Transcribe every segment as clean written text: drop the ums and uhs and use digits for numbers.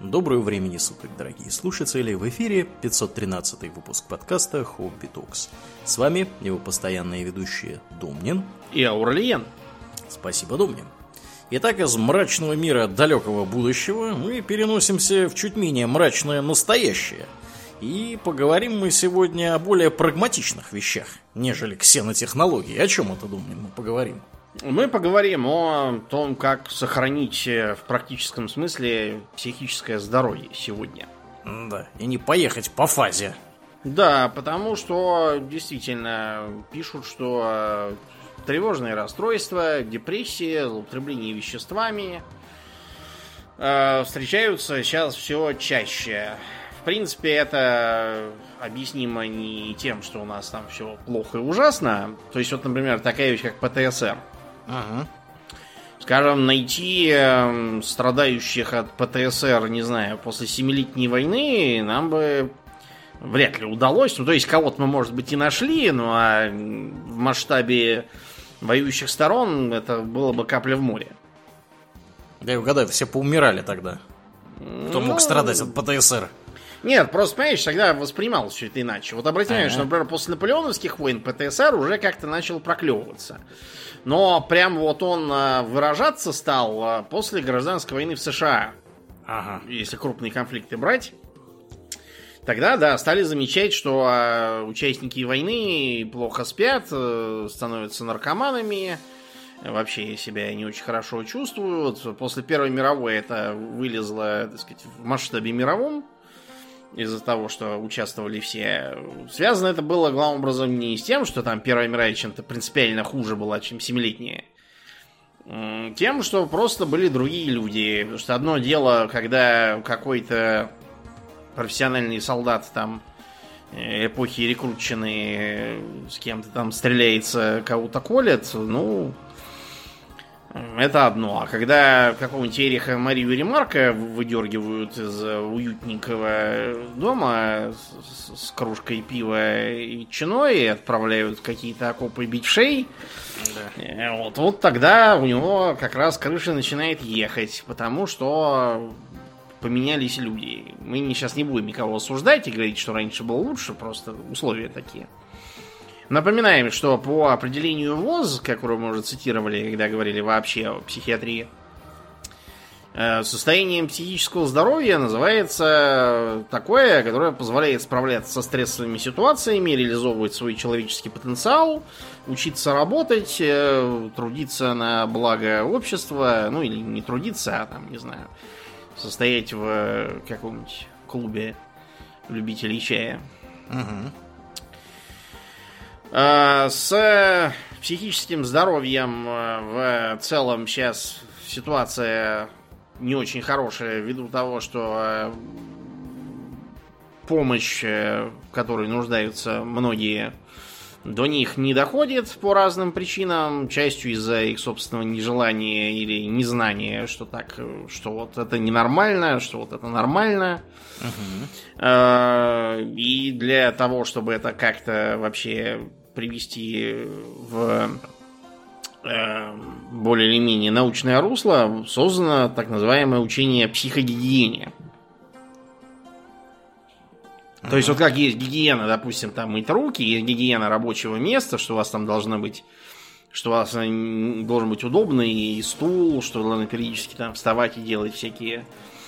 Доброго времени суток, дорогие слушатели! В эфире 513 выпуск подкаста «Хобби Токс». С вами его постоянные ведущие Домнин и Аурлиен. Спасибо, Домнин. Итак, из мрачного мира далекого будущего мы переносимся в чуть менее мрачное настоящее. И поговорим мы сегодня о более прагматичных вещах, нежели ксенотехнологии. О чем это, Домнин, мы поговорим? Мы поговорим о том, как сохранить в практическом смысле психическое здоровье сегодня. Да, и не поехать по фазе. Да, потому что действительно пишут, что тревожные расстройства, депрессия, злоупотребление веществами встречаются сейчас все чаще. В принципе, это объяснимо не тем, что у нас там все плохо и ужасно. То есть, вот, например, такая вещь, как ПТСР. Ага. Скажем, найти страдающих от ПТСР, не знаю, после 7-летней войны нам бы вряд ли удалось. Ну, то есть, кого-то мы, может быть, и нашли, ну, а в масштабе воюющих сторон это было бы капля в море. Да и угадаю, все поумирали тогда. Кто мог страдать от ПТСР? Нет, просто, понимаешь, тогда воспринималось все это иначе. Вот обрати внимание, что, например, после наполеоновских войн ПТСР уже как-то начал проклевываться. Но прям вот он выражаться стал после гражданской войны в США. Ага. Если крупные конфликты брать. Тогда, да, стали замечать, что участники войны плохо спят, становятся наркоманами, вообще себя не очень хорошо чувствуют. После Первой мировой это вылезло, так сказать, в масштабе мировом. Из-за того, что участвовали все. Связано это было, главным образом, не с тем, что там Первая мировая чем-то принципиально хуже была, чем 7-летняя. Тем, что просто были другие люди. Потому что одно дело, когда какой-то профессиональный солдат там эпохи рекрутчины с кем-то там стреляется, кого-то колет, ну... Это одно. А когда какого-нибудь Эриха Марию Ремарка выдергивают из уютненького дома с кружкой пива и чиной и отправляют в какие-то окопы бить в шей, да. Вот тогда у него как раз крыша начинает ехать, потому что поменялись люди. Мы сейчас не будем никого осуждать и говорить, что раньше было лучше, просто условия такие. Напоминаем, что по определению ВОЗ, которое мы уже цитировали, когда говорили вообще о психиатрии, состоянием психического здоровья называется такое, которое позволяет справляться со стрессовыми ситуациями, реализовывать свой человеческий потенциал, учиться работать, трудиться на благо общества, ну или не трудиться, а там, не знаю, состоять в каком-нибудь клубе любителей чая. Угу. С психическим здоровьем в целом сейчас ситуация не очень хорошая ввиду того, что помощь, в которой нуждаются многие, до них не доходит по разным причинам, частью из-за их собственного нежелания или незнания, что так, что вот это ненормально, что вот это нормально. И для того, чтобы это как-то вообще привести в более или менее научное русло, создано так называемое учение о психогигиене. То есть вот как есть гигиена, допустим, там мыть руки, есть гигиена рабочего места, что у вас там должно быть, что у вас должен быть удобный и стул, что должны периодически там вставать и делать всякие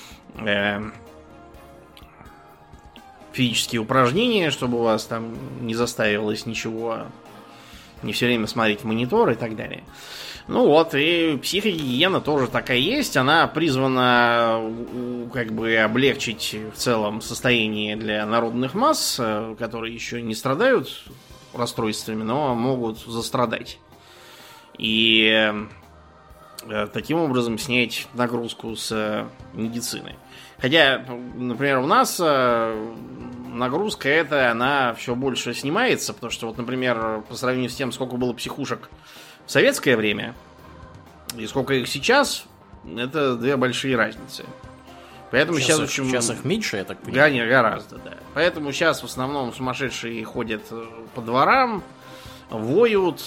физические упражнения, чтобы у вас там не заставилось ничего, не все время смотреть в монитор и так далее. Ну вот, и психогигиена тоже такая есть. Она призвана как бы облегчить в целом состояние для народных масс, которые еще не страдают расстройствами, но могут застрадать. И таким образом снять нагрузку с медицины. Хотя, например, у нас нагрузка эта, она все больше снимается, потому что, вот, например, по сравнению с тем, сколько было психушек в советское время и сколько их сейчас, это две большие разницы. Поэтому сейчас, в общем, сейчас их меньше, я так понимаю. Гораздо, да. Поэтому сейчас в основном сумасшедшие ходят по дворам, воют,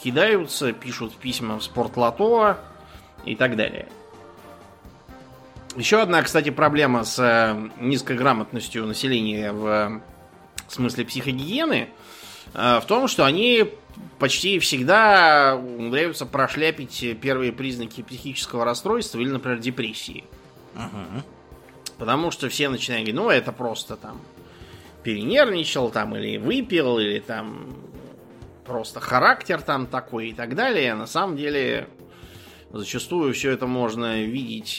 кидаются, пишут письма в спортлото и так далее. Еще одна, кстати, проблема с низкой грамотностью населения в смысле психогигиены в том, что они почти всегда умудряются прошляпить первые признаки психического расстройства или, например, депрессии. Потому что все начинают говорить, ну, это просто там перенервничал, там, или выпил, или там просто характер там такой и так далее. На самом деле, зачастую все это можно видеть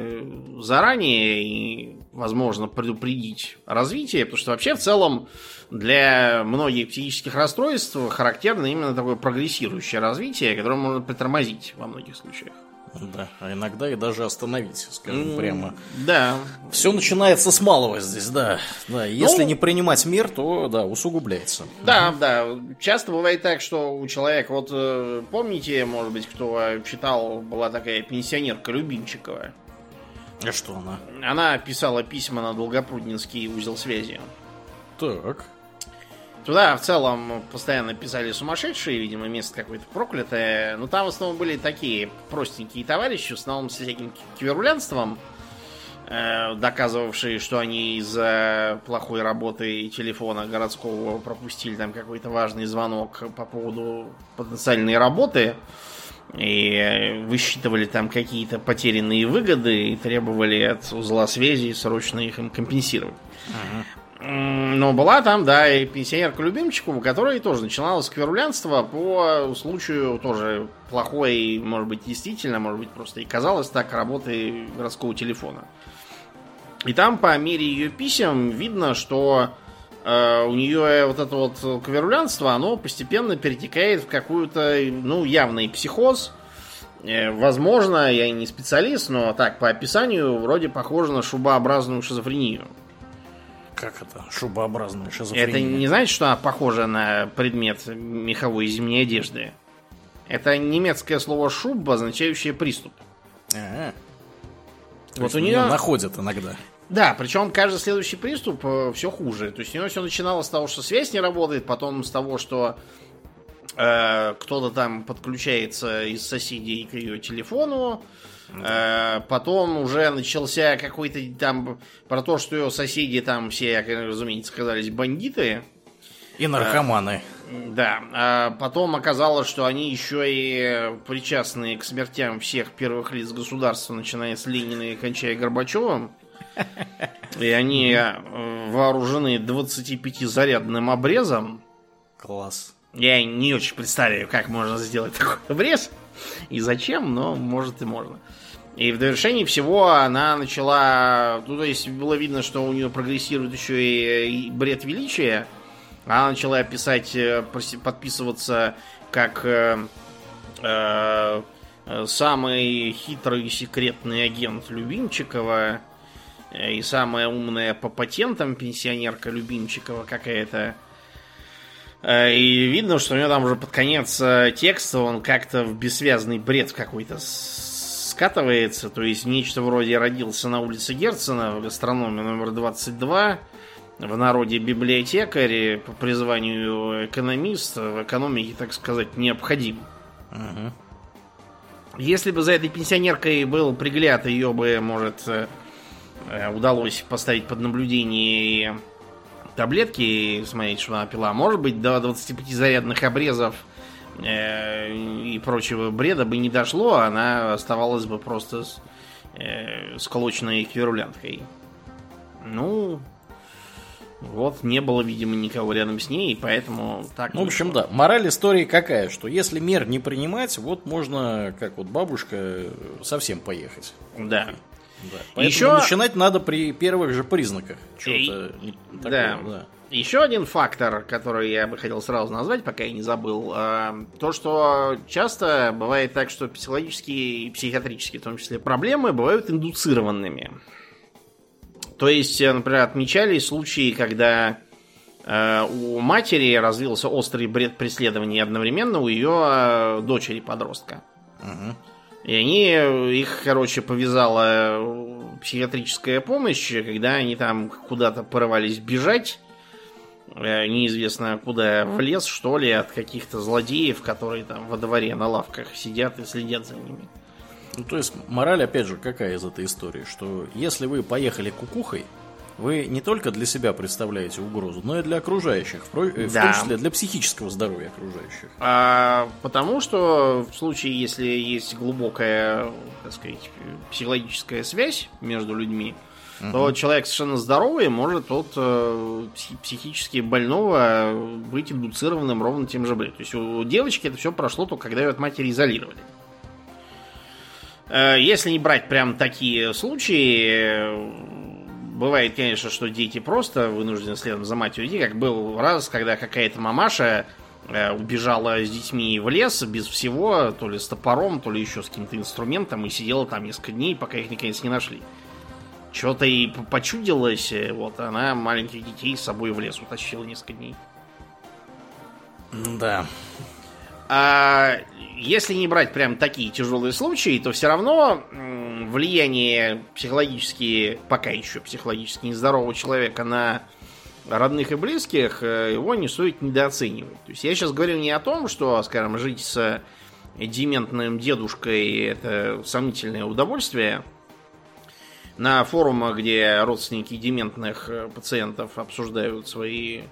заранее и, возможно, предупредить развитие, потому что вообще в целом для многих психических расстройств характерно именно такое прогрессирующее развитие, которое можно притормозить во многих случаях. Да, а иногда и даже остановить, скажем прямо. Да. Все начинается с малого здесь, да. Да, если не принимать мер, то, да, усугубляется. Да, да. Часто бывает так, что у человека, вот помните, может быть, кто читал, была такая пенсионерка Любимчикова. А что она? Она писала письма на Долгопрудненский узел связи. Так. Туда в целом постоянно писали сумасшедшие, видимо, место какое-то проклятое. Но там в основном были такие простенькие товарищи, в основном с всяким кверулянством, доказывавшие, что они из-за плохой работы телефона городского пропустили там какой-то важный звонок по поводу потенциальной работы. И высчитывали там какие-то потерянные выгоды и требовали от узла связи срочно их им компенсировать. Но была там, да, и пенсионерка Любимчикова, которая тоже начинала с кверулянства по случаю тоже плохой, может быть, действительно, может быть, просто и казалось так, работы городского телефона. И там по мере ее писем видно, что у нее вот это вот кверулянство, оно постепенно перетекает в какую-то, ну, явный психоз. Возможно, я не специалист, но так, по описанию, вроде похоже на шубообразную шизофрению. Как это? Шубообразная шизофрения. Это не значит, что она похожа на предмет меховой зимней одежды. Это немецкое слово шубба, означающее приступ. Вот у нее находят иногда. Да, причем каждый следующий приступ все хуже. То есть у него все начиналось с того, что связь не работает, потом с того, что кто-то там подключается из соседей к ее телефону. Потом уже начался какой-то там про то, что ее соседи там все, разумеется, оказались бандиты. И наркоманы. Да. А потом оказалось, что они еще и причастны к смертям всех первых лиц государства, начиная с Ленина и кончая Горбачевым. И они вооружены 25-зарядным обрезом. Класс. Я не очень представляю, как можно сделать такой обрез и зачем, но может и можно. И в довершении всего она начала... Ну, то есть было видно, что у нее прогрессирует еще и бред величия. Она начала писать, подписываться как самый хитрый секретный агент Любимчикова и самая умная по патентам пенсионерка Любимчикова какая-то. И видно, что у него там уже под конец текста он как-то в бессвязный бред какой-то скатывается. То есть нечто вроде родился на улице Герцена в гастрономе номер 22, в народе библиотекарь, по призванию экономист, в экономике, так сказать, необходим. Если бы за этой пенсионеркой был пригляд, ее бы, может, удалось поставить под наблюдение таблетки и смотреть, что она пила. Может быть, до 25 зарядных обрезов и прочего бреда бы не дошло, она оставалась бы просто сколоченной кверулянткой. Ну, вот, не было, видимо, никого рядом с ней, и поэтому так... Ну, в общем, да, мораль истории какая, что если мер не принимать, вот можно, как вот бабушка, совсем поехать. Да. Да. Поэтому еще... начинать надо при первых же признаках. Да. Еще один фактор, который я бы хотел сразу назвать, пока я не забыл, то, что часто бывает так, что психологические и психиатрические, в том числе, проблемы бывают индуцированными. То есть, например, отмечались случаи, когда у матери развился острый бред преследования одновременно у ее дочери-подростка. И их, короче, повязала психиатрическая помощь, когда они там куда-то порывались бежать, неизвестно куда, в лес, что ли, от каких-то злодеев, которые там во дворе на лавках сидят и следят за ними. Ну, то есть, мораль, опять же, какая из этой истории? Что если вы поехали кукухой, вы не только для себя представляете угрозу, но и для окружающих, в том числе для психического здоровья окружающих. Потому что в случае, если есть глубокая, так сказать, психологическая связь между людьми, то человек совершенно здоровый может от психически больного быть индуцированным ровно тем же бредом. То есть у девочки это все прошло только когда ее от матери изолировали. Если не брать прям такие случаи, бывает, конечно, что дети просто вынуждены следом за матерью идти, как был раз, когда какая-то мамаша убежала с детьми в лес без всего, то ли с топором, то ли еще с каким-то инструментом, и сидела там несколько дней, пока их наконец не нашли. Что-то ей почудилось, вот она маленьких детей с собой в лес утащила несколько дней. Да. А если не брать прям такие тяжелые случаи, то все равно влияние психологически, пока еще психологически нездорового человека на родных и близких, его не стоит недооценивать. То есть я сейчас говорю не о том, что, скажем, жить с дементным дедушкой это сомнительное удовольствие. На форумах, где родственники дементных пациентов обсуждают свои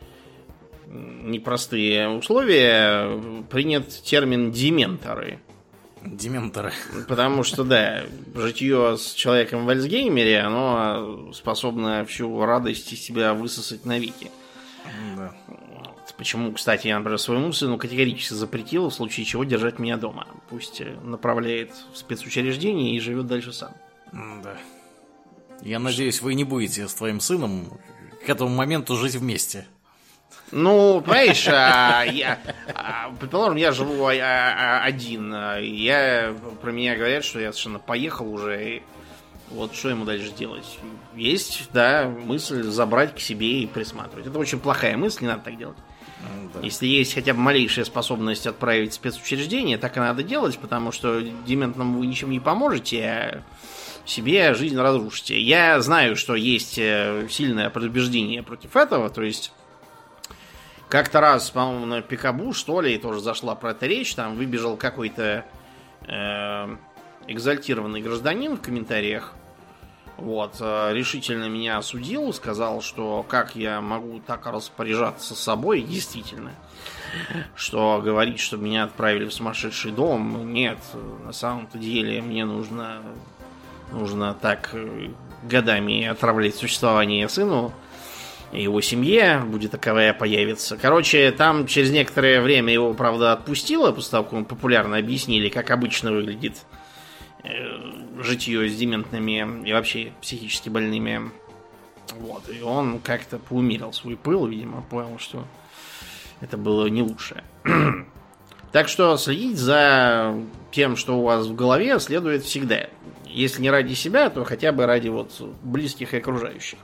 непростые условия, принят термин дементоры. Дементоры. Потому что, да, житье с человеком в Альцгеймере, оно способно всю радость из себя высосать навеки. Да. Почему, кстати, я, например, своему сыну категорически запретил, в случае чего держать меня дома. Пусть направляет в спецучреждение и живет дальше сам. Да. Я надеюсь, вы не будете с твоим сыном к этому моменту жить вместе. Ну, понимаешь, предположим, я живу один. Про меня говорят, что я совершенно поехал уже. И вот что ему дальше делать? Есть, да, мысль забрать к себе и присматривать. Это очень плохая мысль, не надо так делать. Да. Если есть хотя бы малейшая способность отправить в спецучреждение, так и надо делать, потому что дементному вы ничем не поможете, а себе жизнь разрушите. Я знаю, что есть сильное предубеждение против этого, то есть как-то раз, по-моему, на Пикабу, что ли, тоже зашла про это речь, там выбежал какой-то экзальтированный гражданин в комментариях, вот, решительно меня осудил, сказал, что как я могу так распоряжаться собой, действительно, что говорить, что меня отправили в сумасшедший дом, нет, на самом-то деле мне нужно так годами отравлять существование сыну и его семье, будет таковая появится. Короче, там через некоторое время его, правда, отпустило, после того, как ему популярно объяснили, как обычно выглядит житье с дементными и вообще психически больными. Вот. И он как-то поумерил свой пыл, видимо, понял, что это было не лучшее. Так что следить за тем, что у вас в голове, следует всегда. Если не ради себя, то хотя бы ради вот близких и окружающих.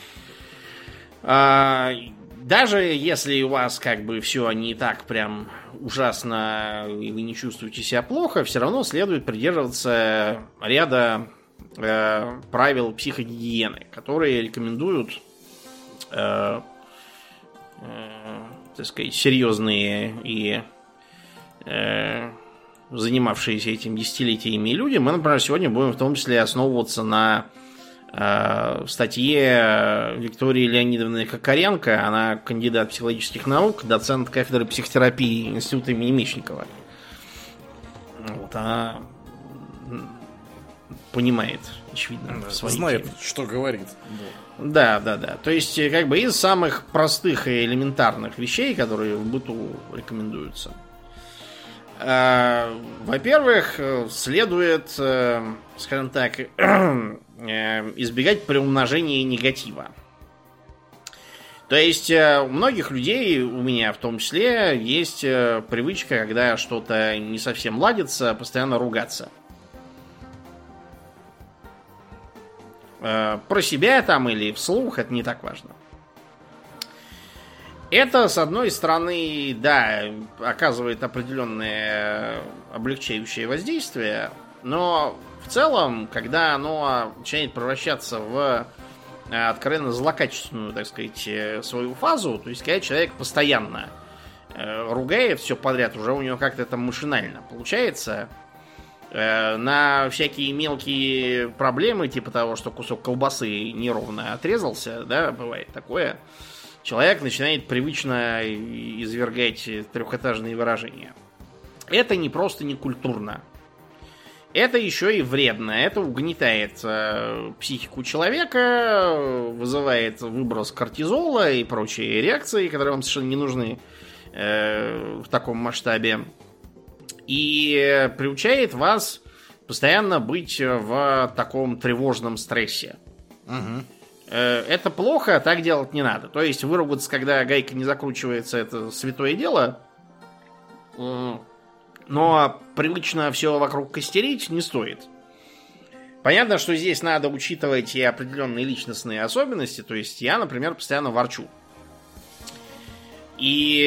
Даже если у вас как бы все не так прям ужасно и вы не чувствуете себя плохо, все равно следует придерживаться ряда правил психогигиены, которые рекомендуют, так сказать, серьезные и занимавшиеся этим десятилетиями люди. Мы, например, сегодня будем в том числе основываться на статье Виктории Леонидовны Кокоренко. Она кандидат психологических наук, доцент кафедры психотерапии Института имени Мечникова. Вот, она понимает, очевидно, свои знает, темы. что говорит. Да. То есть, как бы из самых простых и элементарных вещей, которые в быту рекомендуются. Во-первых, следует, скажем так, избегать приумножения негатива. То есть у многих людей, у меня в том числе, есть привычка, когда что-то не совсем ладится, постоянно ругаться. Про себя там или вслух, это не так важно. Это, с одной стороны, да, оказывает определенное облегчающее воздействие, но в целом, когда оно начинает превращаться в откровенно злокачественную, так сказать, свою фазу, то есть когда человек постоянно ругает все подряд, уже у него как-то это машинально получается, На всякие мелкие проблемы, типа того, что кусок колбасы неровно отрезался, да, бывает такое, человек начинает привычно извергать трехэтажные выражения. Это не просто некультурно. Это еще и вредно. Это угнетает психику человека, вызывает выброс кортизола и прочие реакции, которые вам совершенно не нужны в таком масштабе. И приучает вас постоянно быть в таком тревожном стрессе. Угу. Это плохо, так делать не надо. То есть выругаться, когда гайка не закручивается, это святое дело. Но привычно все вокруг костерить не стоит. Понятно, что здесь надо учитывать и определенные личностные особенности. То есть я, например, постоянно ворчу. И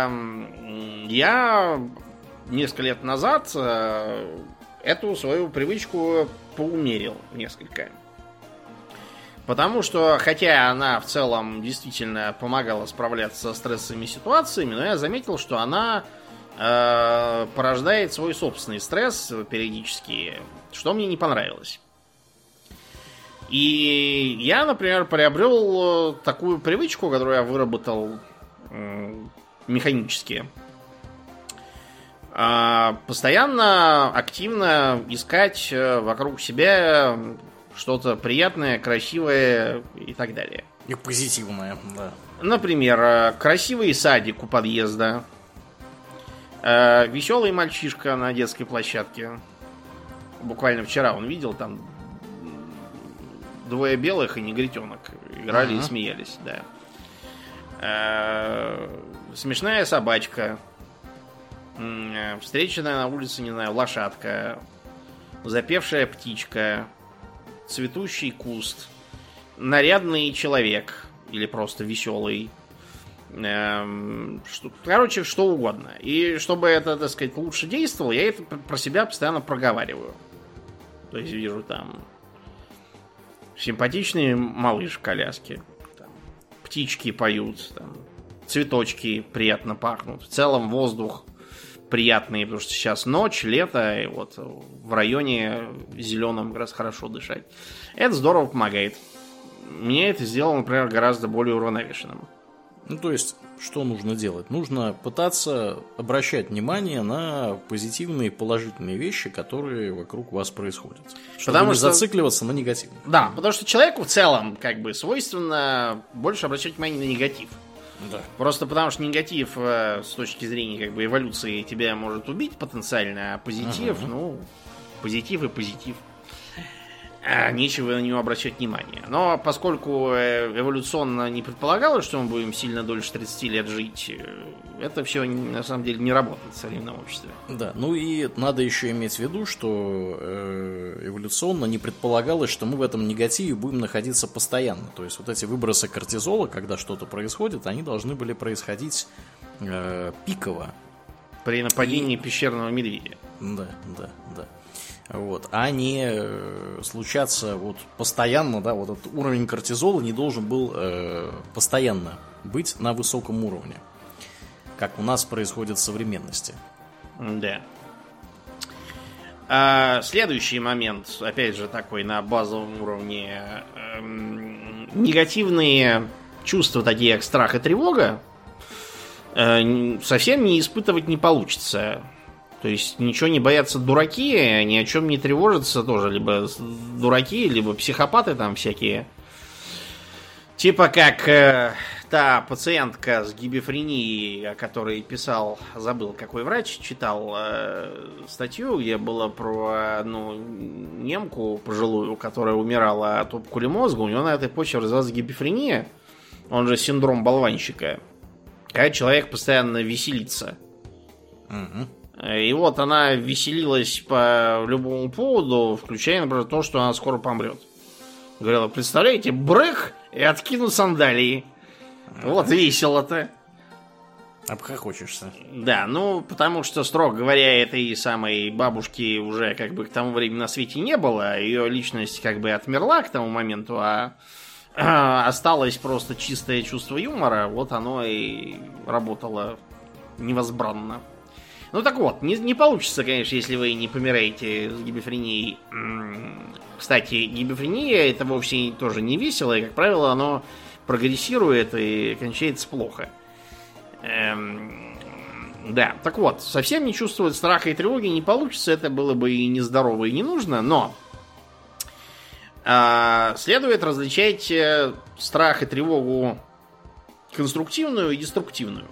я несколько лет назад эту свою привычку поумерил несколько. Потому что, хотя она в целом действительно помогала справляться со стрессовыми ситуациями, но я заметил, что она порождает свой собственный стресс периодически, что мне не понравилось. И я, например, приобрел такую привычку, которую я выработал механически. Постоянно, активно искать вокруг себя что-то приятное, красивое и так далее. И позитивное, да. Например, красивый садик у подъезда, веселый мальчишка на детской площадке. Буквально вчера он видел, там двое белых и негритенок играли и смеялись, да. Смешная собачка. Встреченная на улице, не знаю, лошадка. Запевшая птичка. Цветущий куст. Нарядный человек. Или просто веселый. Короче, что угодно. И чтобы это, так сказать, лучше действовало, я это про себя постоянно проговариваю. То есть вижу там симпатичный малыш в коляске. Там, птички поют. Там, цветочки приятно пахнут. В целом воздух приятный, потому что сейчас ночь, лето, и вот в районе зеленом как раз хорошо дышать. Это здорово помогает. Мне это сделало, например, гораздо более уравновешенным. Ну, то есть, что нужно делать? Нужно пытаться обращать внимание на позитивные, положительные вещи, которые вокруг вас происходят. Чтобы не зацикливаться на негативных. Да, потому что человеку в целом, как бы, свойственно больше обращать внимание на негатив. Да. Просто потому что негатив с точки зрения, как бы, эволюции тебя может убить потенциально, а позитив, позитив и позитив. Нечего на него обращать внимание. Но поскольку эволюционно не предполагалось, что мы будем сильно дольше 30 лет жить, это все на самом деле не работает в современном обществе. Да, ну и надо еще иметь в виду, что эволюционно не предполагалось, что мы в этом негативе будем находиться постоянно. То есть вот эти выбросы кортизола, когда что-то происходит, они должны были происходить пиково. При нападении пещерного медведя. Да. Вот, а не случаться вот постоянно, да, вот этот уровень кортизола не должен был постоянно быть на высоком уровне, как у нас происходит в современности. Да. Следующий момент, опять же, такой на базовом уровне. Негативные чувства, такие как страх и тревога, совсем не испытывать не получится. То есть ничего не боятся дураки, ни о чем не тревожатся тоже. Либо дураки, либо психопаты там всякие. Типа как та пациентка с гибефренией, о которой писал, забыл какой врач, читал статью, где было про одну немку пожилую, которая умирала от опухоли мозга. У нее на этой почве развилась гибефрения, он же синдром болванщика. Когда человек постоянно веселится. И вот она веселилась по любому поводу, включая, например, то, что она скоро помрет. Говорила, представляете, брых и откину сандалии. Вот весело-то. Обхохочешься. Да, ну, потому что, строго говоря, этой самой бабушки уже как бы к тому времени на свете не было. Ее личность как бы отмерла к тому моменту, а осталось просто чистое чувство юмора. Вот оно и работало невозбранно. Ну так вот, не получится, конечно, если вы не помираете с гибефренией. Кстати, гибефрения это вовсе тоже не весело, и, как правило, оно прогрессирует и кончается плохо. Да, так вот, совсем не чувствовать страха и тревоги не получится, это было бы и нездорово, и не нужно, но следует различать страх и тревогу конструктивную и деструктивную.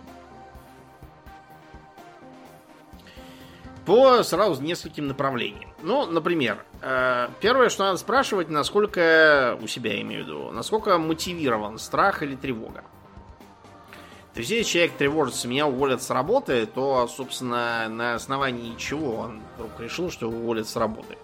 По сразу нескольким направлениям. Ну, например, первое, что надо спрашивать, насколько, у себя имею в виду, насколько мотивирован страх или тревога. То есть, если человек тревожится, меня уволят с работы, то, собственно, на основании чего он вдруг решил, что уволят с работы.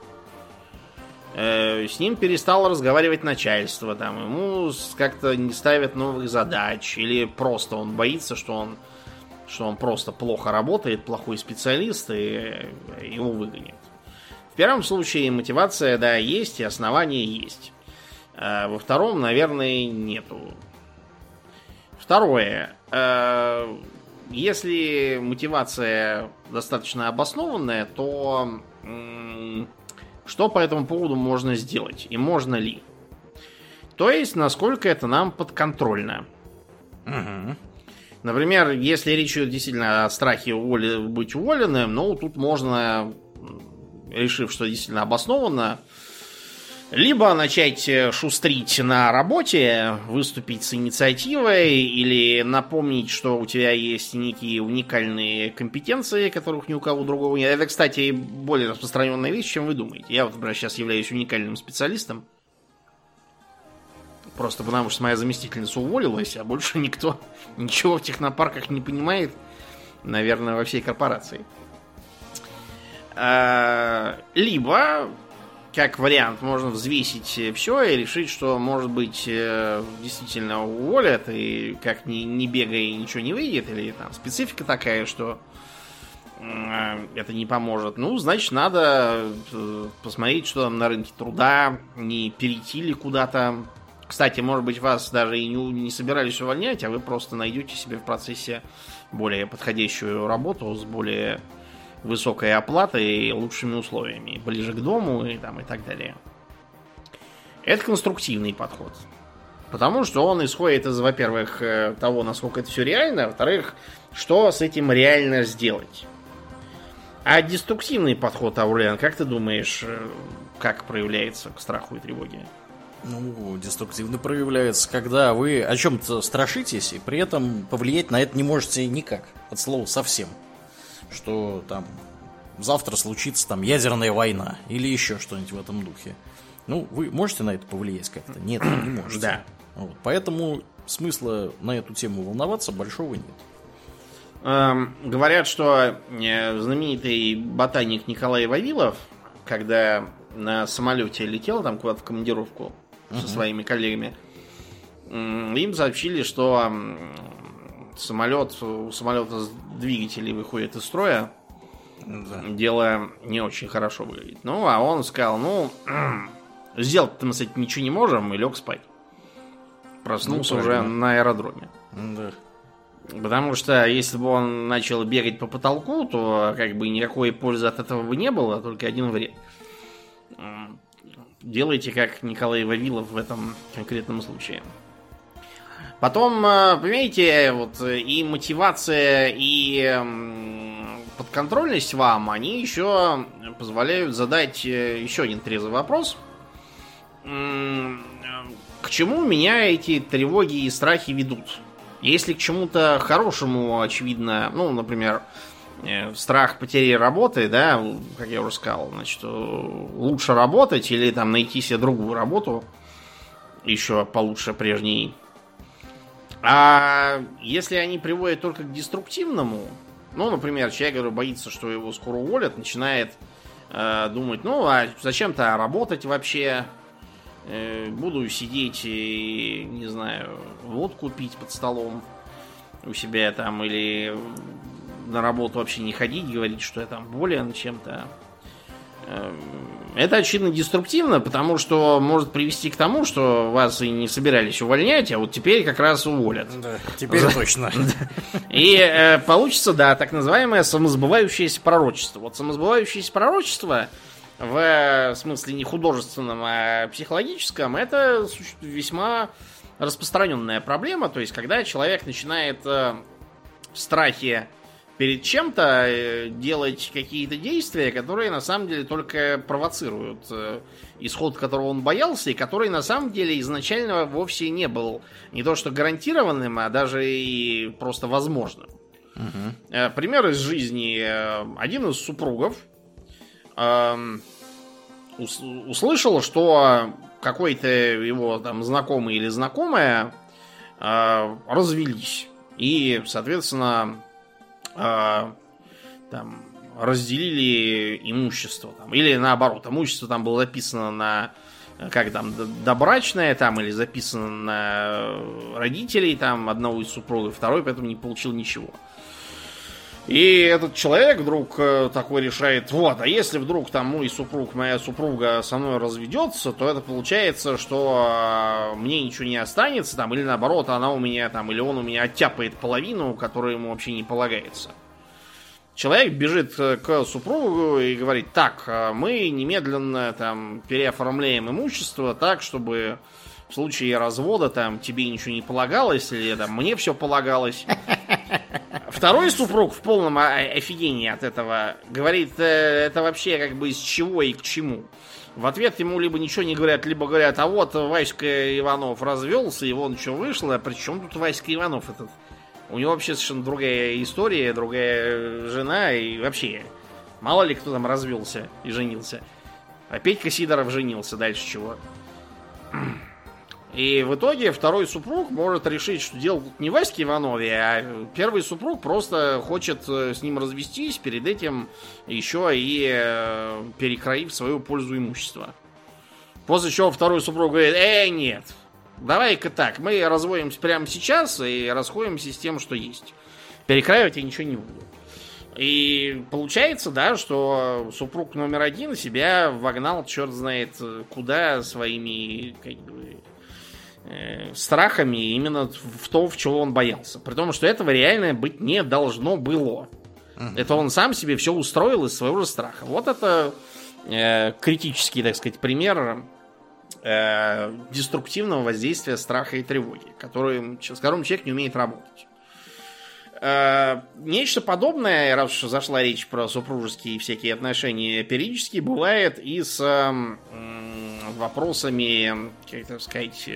С ним перестало разговаривать начальство, там, ему как-то не ставят новых задач, или просто он боится, что он просто плохо работает, плохой специалист, и его выгонят. В первом случае мотивация, да, есть, и основания есть. Во втором, наверное, нету. Второе. Если мотивация достаточно обоснованная, то что по этому поводу можно сделать? И можно ли? То есть, насколько это нам подконтрольно. Угу. Например, если речь идет действительно о страхе быть уволенным, ну, тут можно, решив, что действительно обоснованно, либо начать шустрить на работе, выступить с инициативой, или напомнить, что у тебя есть некие уникальные компетенции, которых ни у кого другого нет. Это, кстати, более распространенная вещь, чем вы думаете. Я вот, например, сейчас являюсь уникальным специалистом. Просто потому, что моя заместительница уволилась, а больше никто ничего в технопарках не понимает. Наверное, во всей корпорации. Либо, как вариант, можно взвесить все и решить, что, может быть, действительно уволят, и как ни бегай, ничего не выйдет, или там специфика такая, что это не поможет. Ну, значит, надо посмотреть, что там на рынке труда, не перейти ли куда-то. Кстати, может быть, вас даже и не собирались увольнять, а вы просто найдете себе в процессе более подходящую работу с более высокой оплатой и лучшими условиями, ближе к дому и так далее. Это конструктивный подход. Потому что он исходит из, во-первых, того, насколько это все реально, а во-вторых, что с этим реально сделать. А деструктивный подход, Аурлиан, как ты думаешь, как проявляется к страху и тревоге? Ну, деструктивно проявляется, когда вы о чем-то страшитесь, и при этом повлиять на это не можете никак. От слова совсем. Что там завтра случится там ядерная война или еще что-нибудь в этом духе. Ну, вы можете на это повлиять как-то? Нет, не можете. Да. Вот. Поэтому смысла на эту тему волноваться большого нет. Говорят, что знаменитый ботаник Николай Вавилов, когда на самолете летел там куда-то в командировку со своими коллегами, им сообщили, что у самолета двигатели выходят из строя. Да. Дело не очень хорошо выглядит. Ну, а он сказал, сделать-то мы с этим ничего не можем, и лег спать. Проснулся уже на аэродроме. Да. Потому что если бы он начал бегать по потолку, то как бы никакой пользы от этого бы не было, только один вред. Делайте как Николай Вавилов в этом конкретном случае. Потом, понимаете, вот и мотивация, и подконтрольность вам, они еще позволяют задать еще один трезвый вопрос. К чему меня эти тревоги и страхи ведут? Если к чему-то хорошему, очевидно, ну, например, страх потери работы, да, как я уже сказал, значит, лучше работать или там найти себе другую работу, еще получше прежней. А если они приводят только к деструктивному, ну, например, человек, который боится, что его скоро уволят, начинает думать, ну, а зачем-то работать вообще? Буду сидеть и, не знаю, водку пить под столом у себя там, или на работу вообще не ходить, говорить, что я там болен чем-то. это очевидно деструктивно, потому что может привести к тому, что вас и не собирались увольнять, а вот теперь как раз уволят. Да, теперь точно. И получится, да, так называемое самосбывающееся пророчество. Вот самосбывающееся пророчество, в смысле не художественном, а психологическом, это весьма распространенная проблема. То есть, когда человек начинает в страхе перед чем-то делать какие-то действия, которые на самом деле только провоцируют исход, которого он боялся, и который на самом деле изначально вовсе не был не то что гарантированным, а даже и просто возможным. Пример из жизни. Один из супругов услышал, что какой-то его там знакомый или знакомая развелись. И, соответственно, там разделили имущество. Там, или наоборот, имущество там было записано на как там, добрачное там, или записано на родителей там, одного из супругов, второй поэтому не получил ничего. И этот человек вдруг такой решает: вот, а если вдруг там мой супруг, моя супруга со мной разведется, то это получается, что мне ничего не останется, там, или наоборот, она у меня там, или он у меня оттяпает половину, которая ему вообще не полагается. Человек бежит к супругу и говорит: так, мы немедленно там переоформляем имущество так, чтобы в случае развода там тебе ничего не полагалось, или там мне все полагалось. Второй супруг в полном офигении от этого говорит: это вообще как бы из чего и к чему. В ответ ему либо ничего не говорят, либо говорят: а вот Васька Иванов развелся, и вон что вышло, а при чем тут Васька Иванов этот? У него вообще совершенно другая история, другая жена, и вообще, мало ли кто там развелся и женился. А Петька Сидоров женился, дальше чего? И в итоге второй супруг может решить, что дело тут не в Ваське Иванове, а первый супруг просто хочет с ним развестись, перед этим еще и перекроив свою пользу имущества. После чего второй супруг говорит: нет, давай-ка так, мы разводимся прямо сейчас и расходимся с тем, что есть. Перекраивать я ничего не буду. И получается, да, что супруг номер один себя вогнал черт знает куда своими как бы страхами именно в то, в чего он боялся. При том, что этого реально быть не должно было. Это он сам себе все устроил из своего же страха. Вот это критический, так сказать, пример деструктивного воздействия страха и тревоги, с которым человек не умеет работать. Нечто подобное, раз уж зашла речь про супружеские всякие отношения, периодически бывает и с вопросами, как это сказать,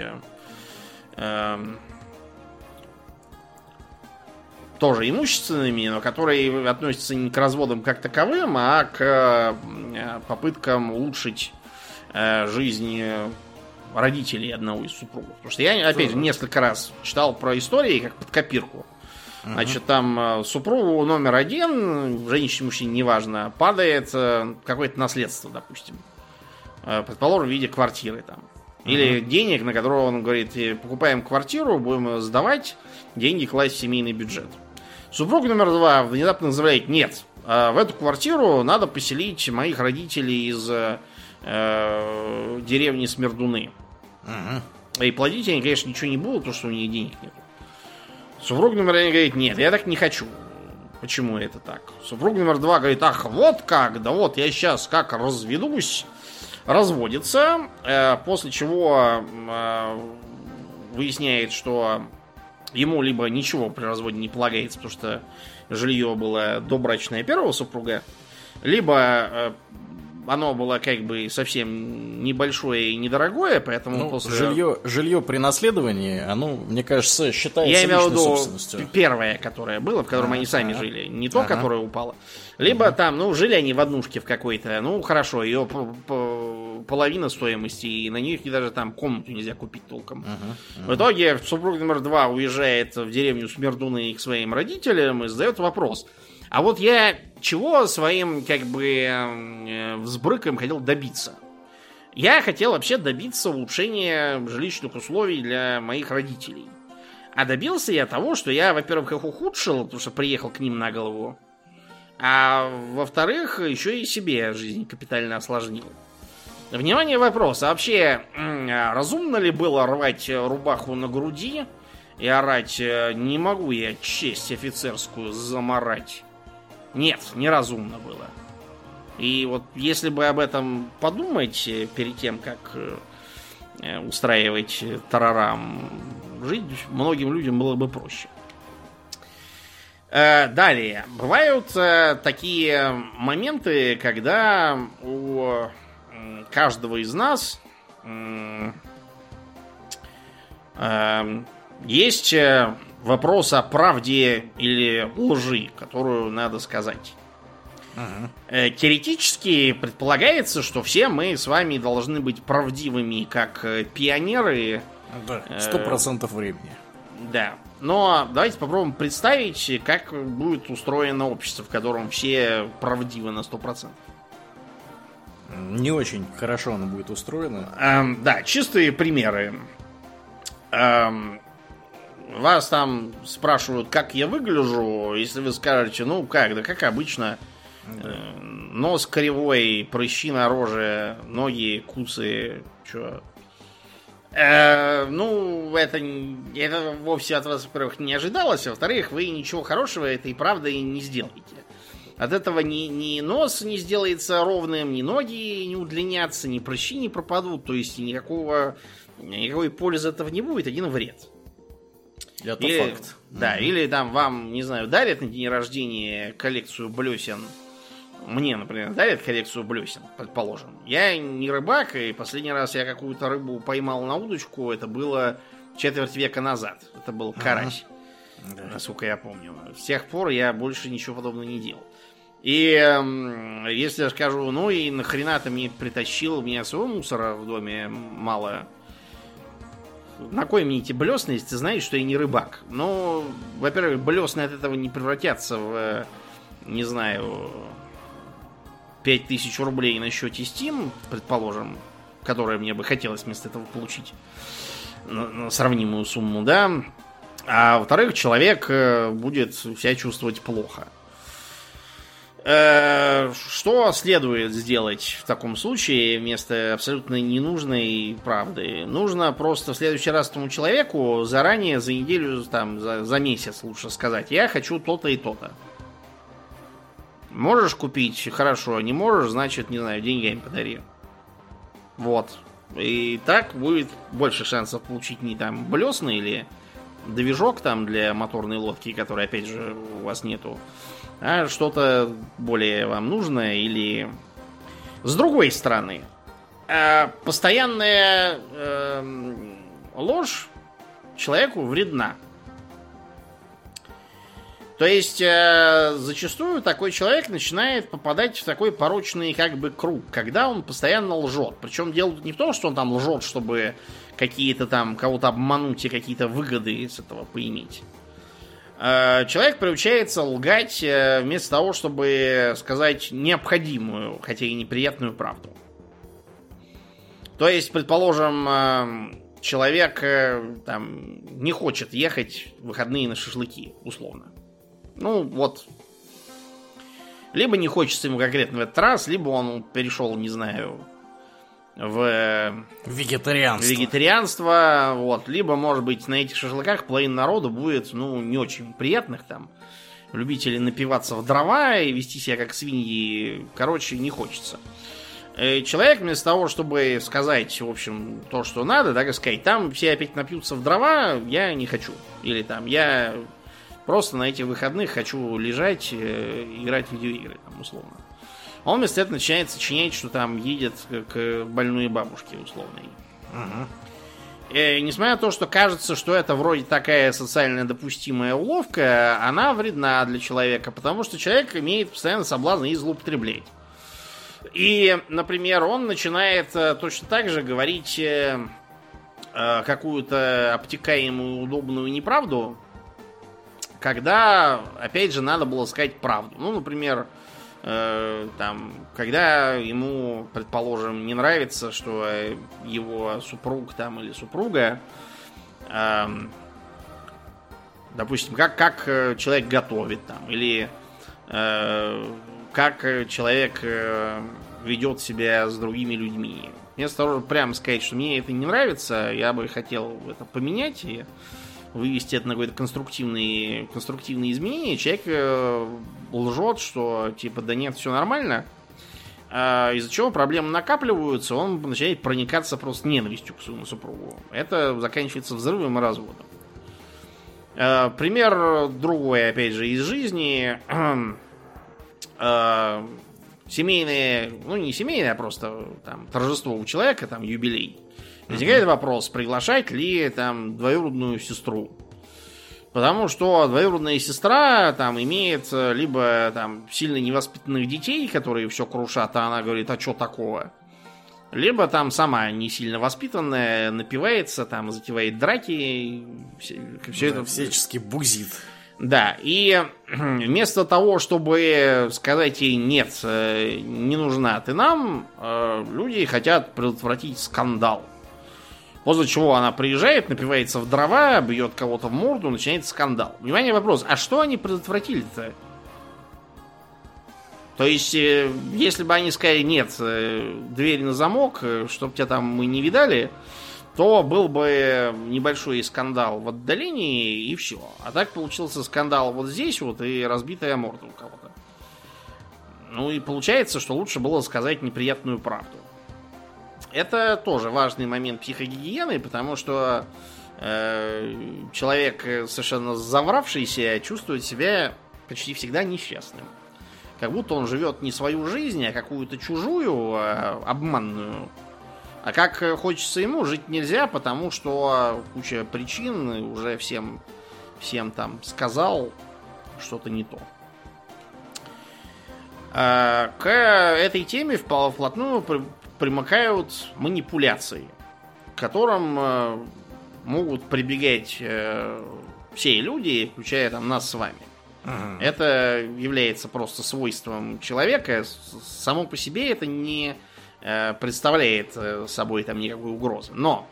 тоже имущественными, но которые относятся не к разводам как таковым, а к попыткам улучшить жизнь родителей одного из супругов. Потому что я, опять же, несколько раз читал про истории, как под копирку. Значит, там супругу номер один, женщине, мужчине, неважно, падает какое-то наследство, допустим. Предположим, в виде квартиры там. Или денег, на которые он говорит: покупаем квартиру, будем ее сдавать, деньги класть в семейный бюджет. Супруг номер два внезапно заявляет: нет, в эту квартиру надо поселить моих родителей из деревни Смердуны. И платить они, конечно, ничего не будут, потому что у них денег нет. Супруг номер один говорит: нет, я так не хочу. Почему это так? Супруг номер два говорит: ах, вот как, да вот я сейчас как разведусь. Разводится, после чего выясняет, что ему либо ничего при разводе не полагается, потому что жилье было добрачное первого супруга, либо оно было как бы совсем небольшое и недорогое, поэтому после... Жилье при наследовании, оно, мне кажется, считается я имею в виду собственностью. Первое, которое было, в котором они сами жили, не то, которое упало. Либо там, жили они в однушке в какой-то, хорошо, ее половина стоимости, и на них даже там комнату нельзя купить толком. В итоге супруг номер два уезжает в деревню Смердуны к своим родителям и задает вопрос: а вот я чего своим, как бы, взбрыком хотел добиться? Я хотел вообще добиться улучшения жилищных условий для моих родителей. А добился я того, что я, во-первых, их ухудшил, потому что приехал к ним на голову. А во-вторых, еще и себе жизнь капитально осложнил. Внимание, вопрос. А вообще, разумно ли было рвать рубаху на груди и орать: не могу я честь офицерскую заморать? Нет, неразумно было. И вот если бы об этом подумать перед тем, как устраивать тарарам, жить многим людям было бы проще. Далее. Бывают такие моменты, когда у каждого из нас есть вопрос о правде или лжи, которую надо сказать. Теоретически предполагается, что все мы с вами должны быть правдивыми, как пионеры. Да, 100% времени. Да. Но давайте попробуем представить, как будет устроено общество, в котором все правдивы на 100%. Не очень хорошо оно будет устроено. Да, чистые примеры. Вас там спрашивают, как я выгляжу. Если вы скажете, ну как, да как обычно. Нос кривой, прыщи на роже, ноги, куцы, чё. Ну, это вовсе от вас, во-первых, не ожидалось, а во-вторых, вы ничего хорошего этой правдой не сделаете. От этого ни нос не сделается ровным, ни ноги не удлинятся, ни прыщи не пропадут, то есть никакой пользы от этого не будет, один вред. Это факт. Да, или там вам, не знаю, дарят на день рождения коллекцию блесен. Мне, например, дарят коллекцию блесен, предположим. Я не рыбак, и последний раз я какую-то рыбу поймал на удочку, это было четверть века назад. Это был карась, насколько я помню. С тех пор я больше ничего подобного не делал. И если я скажу, ну и нахрена ты мне притащил, у меня своего мусора в доме мало. На кой мне эти блесны, если ты знаешь, что я не рыбак? Ну, во-первых, блесны от этого не превратятся в, не знаю, 5000 рублей на счете Steam, предположим, которое мне бы хотелось вместо этого получить, на сравнимую сумму, да. А во-вторых, человек будет себя чувствовать плохо. Что следует сделать в таком случае вместо абсолютно ненужной правды? Нужно просто в следующий раз этому человеку заранее, за неделю, там, за месяц лучше сказать: я хочу то-то и то-то. Можешь купить? Хорошо. Не можешь, значит, не знаю, деньгами подари. Вот. И так будет больше шансов получить не там блесны или движок там для моторной лодки, который, опять же, у вас нету, а что-то более вам нужное. Или с другой стороны, постоянная ложь человеку вредна. То есть зачастую такой человек начинает попадать в такой порочный как бы круг, когда он постоянно лжет. Причем дело тут не в том, что он там лжет, чтобы какие-то там кого-то обмануть и какие-то выгоды с этого поиметь. Человек приучается лгать вместо того, чтобы сказать необходимую, хотя и неприятную правду. То есть, предположим, человек там не хочет ехать в выходные на шашлыки, условно. Ну, вот. Либо не хочется ему конкретно в этот раз, либо он перешел, не знаю, в вегетарианство, вот. Либо, может быть, на этих шашлыках половина народу будет, ну, не очень приятных там. Любители напиваться в дрова и вести себя как свиньи, короче, не хочется. Человек вместо того, чтобы сказать, в общем, то, что надо, так и сказать, там все опять напьются в дрова, я не хочу. Или там, я просто на этих выходных хочу лежать, играть в видеоигры, там, условно. Он вместо этого начинает сочинять, что там едет к больной бабушке, условной. Несмотря на то, что кажется, что это вроде такая социально допустимая уловка, она вредна для человека, потому что человек имеет постоянно соблазн и злоупотреблять. И, например, он начинает точно так же говорить какую-то обтекаемую, удобную неправду, когда, опять же, надо было сказать правду. Ну, например, там, когда ему, предположим, не нравится, что его супруг там или супруга, допустим, как человек готовит там, или как человек ведет себя с другими людьми. Вместо того, чтобы прямо сказать, что мне это не нравится, я бы хотел это поменять и вывести это на какое-то конструктивные изменения. Человек лжет, что типа да нет, все нормально. Из-за чего проблемы накапливаются, он начинает проникаться просто ненавистью к своему супругу. Это заканчивается взрывом и разводом. Пример другой, опять же, из жизни. Семейные, ну не семейные, а просто там торжество у человека, там юбилей. Возникает вопрос, приглашать ли там двоюродную сестру. Потому что двоюродная сестра там имеет либо там сильно невоспитанных детей, которые все крушат, а она говорит, а что такого? Либо там сама не сильно воспитанная, напивается, там затевает драки, все это всячески бузит. Да, и вместо того, чтобы сказать ей нет, не нужна ты нам, люди хотят предотвратить скандал. После чего она приезжает, напивается в дрова, бьет кого-то в морду, начинается скандал. Внимание, вопрос, а что они предотвратили-то? То есть, если бы они сказали, нет, дверь на замок, чтоб тебя там мы не видали, то был бы небольшой скандал в отдалении, и все. А так получился скандал вот здесь вот, и разбитая морда у кого-то. Ну и получается, что лучше было сказать неприятную правду. Это тоже важный момент психогигиены, потому что человек, совершенно завравшийся, чувствует себя почти всегда несчастным. Как будто он живет не свою жизнь, а какую-то чужую, обманную. А как хочется ему, жить нельзя, потому что куча причин, уже всем там сказал, что-то не то. К этой теме вплотную примыкают манипуляции, к которым могут прибегать все люди, включая там нас с вами. Это является просто свойством человека. Само по себе это не представляет собой там никакой угрозы. Но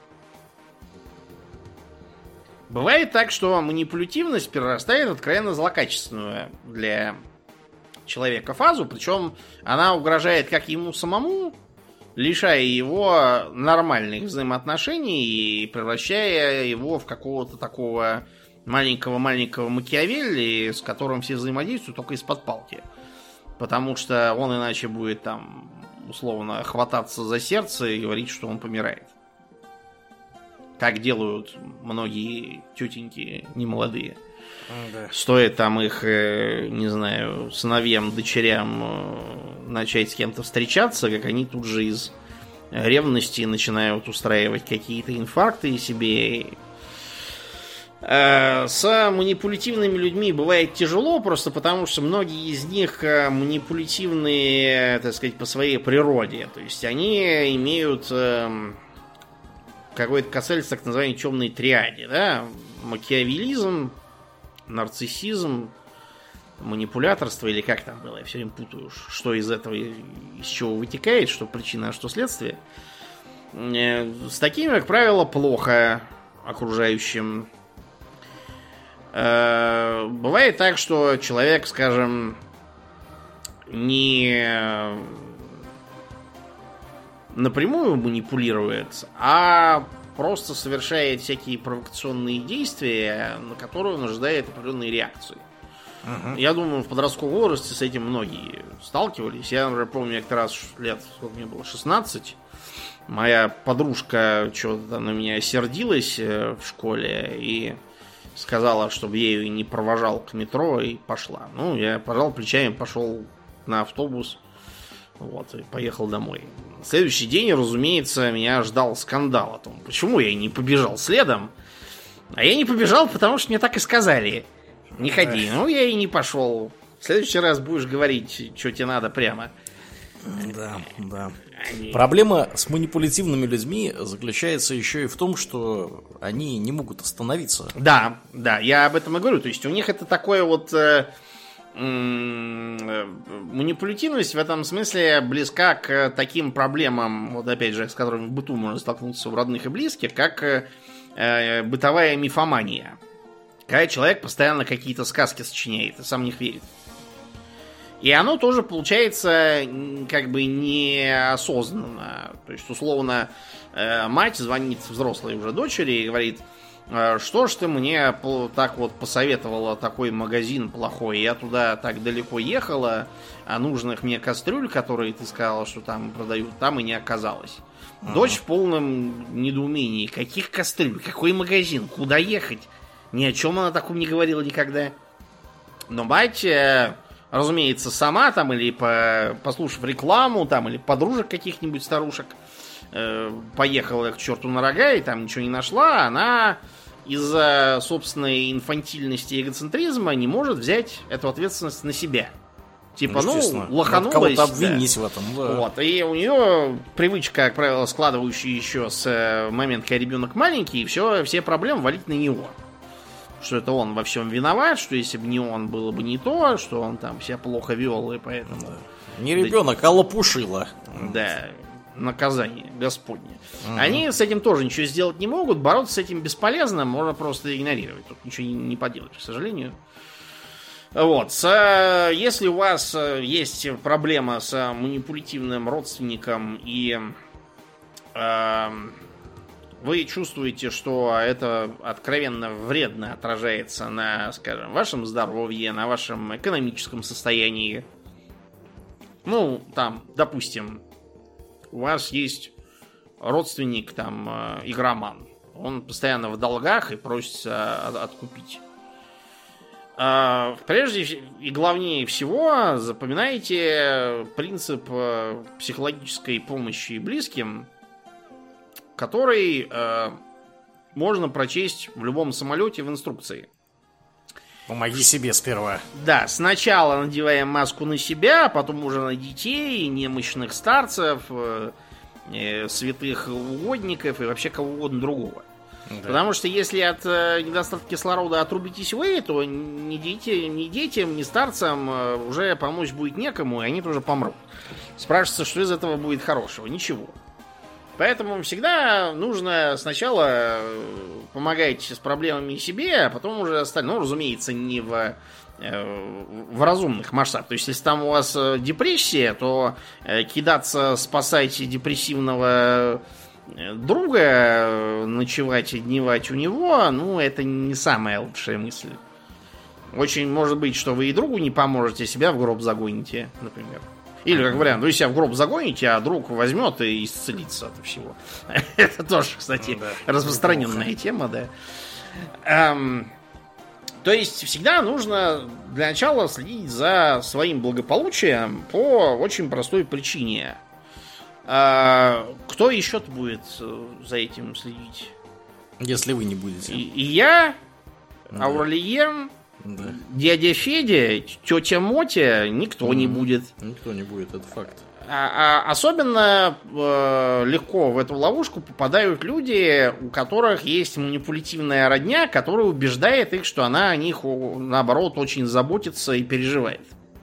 бывает так, что манипулятивность перерастает в откровенно злокачественную для человека фазу, причем она угрожает как ему самому, лишая его нормальных взаимоотношений и превращая его в какого-то такого маленького Макиавелли, с которым все взаимодействуют только из-под палки. Потому что он иначе будет там условно хвататься за сердце и говорить, что он помирает. Так делают многие тетеньки немолодые. Да. Стоит там их, не знаю, сыновьям, дочерям начать с кем-то встречаться, как они тут же из ревности начинают устраивать какие-то инфаркты себе. С манипулятивными людьми бывает тяжело, просто потому что многие из них манипулятивные, так сказать, по своей природе. То есть они имеют какое-то касательство так называемой темной триаде, да? Макиавелизм, нарциссизм, манипуляторство, или как там было, я все время путаю, что из этого, из чего вытекает, что причина, а что следствие. С такими, как правило, плохо окружающим. Бывает так, что человек, скажем, не напрямую манипулирует, а просто совершает всякие провокационные действия, на которые он ожидает определенной реакции. Я думаю, в подростковом возрасте с этим многие сталкивались. Я, например, помню, как-то раз лет, сколько мне было, 16, моя подружка что-то на меня сердилась в школе и сказала, чтобы я ее не провожал к метро, и пошла. Ну, я пожал плечами, пошел на автобус, вот, и поехал домой. На следующий день, разумеется, меня ждал скандал о том, почему я не побежал следом. А я не побежал, потому что мне так и сказали. Не ходи. Ну, я и не пошел. В следующий раз будешь говорить, что тебе надо прямо. Да, да. Проблема с манипулятивными людьми заключается еще и в том, что они не могут остановиться. Да, да, я об этом и говорю. То есть у них это такое вот манипулятивность в этом смысле близка к таким проблемам, вот опять же, с которыми в быту можно столкнуться у родных и близких, как бытовая мифомания. Когда человек постоянно какие-то сказки сочиняет и сам в них верит. И оно тоже получается как бы неосознанно. То есть, условно, мать звонит взрослой уже дочери и говорит: что ж ты мне так вот посоветовала такой магазин плохой, я туда так далеко ехала, а нужных мне кастрюль, которые ты сказала, что там продают, там и не оказалось. Дочь в полном недоумении. Каких кастрюль? Какой магазин? Куда ехать? Ни о чем она таком не говорила никогда. Но мать, разумеется, сама там или послушав рекламу, там, или подружек каких-нибудь старушек, поехала к черту на рога и там ничего не нашла. Она из-за собственной инфантильности и эгоцентризма не может взять эту ответственность на себя. Типа, лоханулась. Кого-то обвинить в этом, да. Вот. И у нее привычка, как правило, складывающая еще с момента, когда ребенок маленький, и все проблемы валить на него. Что это он во всем виноват, что если бы не он, было бы не то, что он там себя плохо вел, и поэтому... Да. Не ребенок, а лопушила. Да, наказание Господне. Они с этим тоже ничего сделать не могут, бороться с этим бесполезно, можно просто игнорировать. Тут ничего не поделать, к сожалению. Вот, если у вас есть проблема с манипулятивным родственником и вы чувствуете, что это откровенно вредно отражается на, скажем, вашем здоровье, на вашем экономическом состоянии, ну, там, допустим, у вас есть родственник, там, игроман, он постоянно в долгах и просится откупить. Прежде и главнее всего запоминайте принцип психологической помощи близким, который можно прочесть в любом самолете в инструкции. Помоги себе сперва. Да, сначала надеваем маску на себя, потом уже на детей, немощных старцев, святых угодников и вообще кого угодно другого. Да. Потому что если от недостатка кислорода отрубитесь вы, то ни детям, ни старцам уже помочь будет некому, и они тоже помрут. Спрашивается, что из этого будет хорошего? Ничего. Поэтому всегда нужно сначала помогать с проблемами себе, а потом уже остальное. Ну, разумеется, не в разумных масштабах. То есть, если там у вас депрессия, то кидаться спасать депрессивного друга, ночевать и дневать у него, ну, это не самая лучшая мысль. Очень может быть, что вы и другу не поможете, себя в гроб загоните, например. Или, как вариант, вы себя в гроб загоните, а друг возьмет и исцелится от всего. Это тоже, кстати, распространенная тема, да. То есть, всегда нужно для начала следить за своим благополучием по очень простой причине. Кто еще-то будет за этим следить? Если вы не будете. И я, Ауралиен, да. Дядя Федя, тетя Мотя, никто не будет. Никто не будет, это факт. Особенно легко в эту ловушку попадают люди, у которых есть манипулятивная родня, которая убеждает их, что она о них, наоборот, очень заботится и переживает.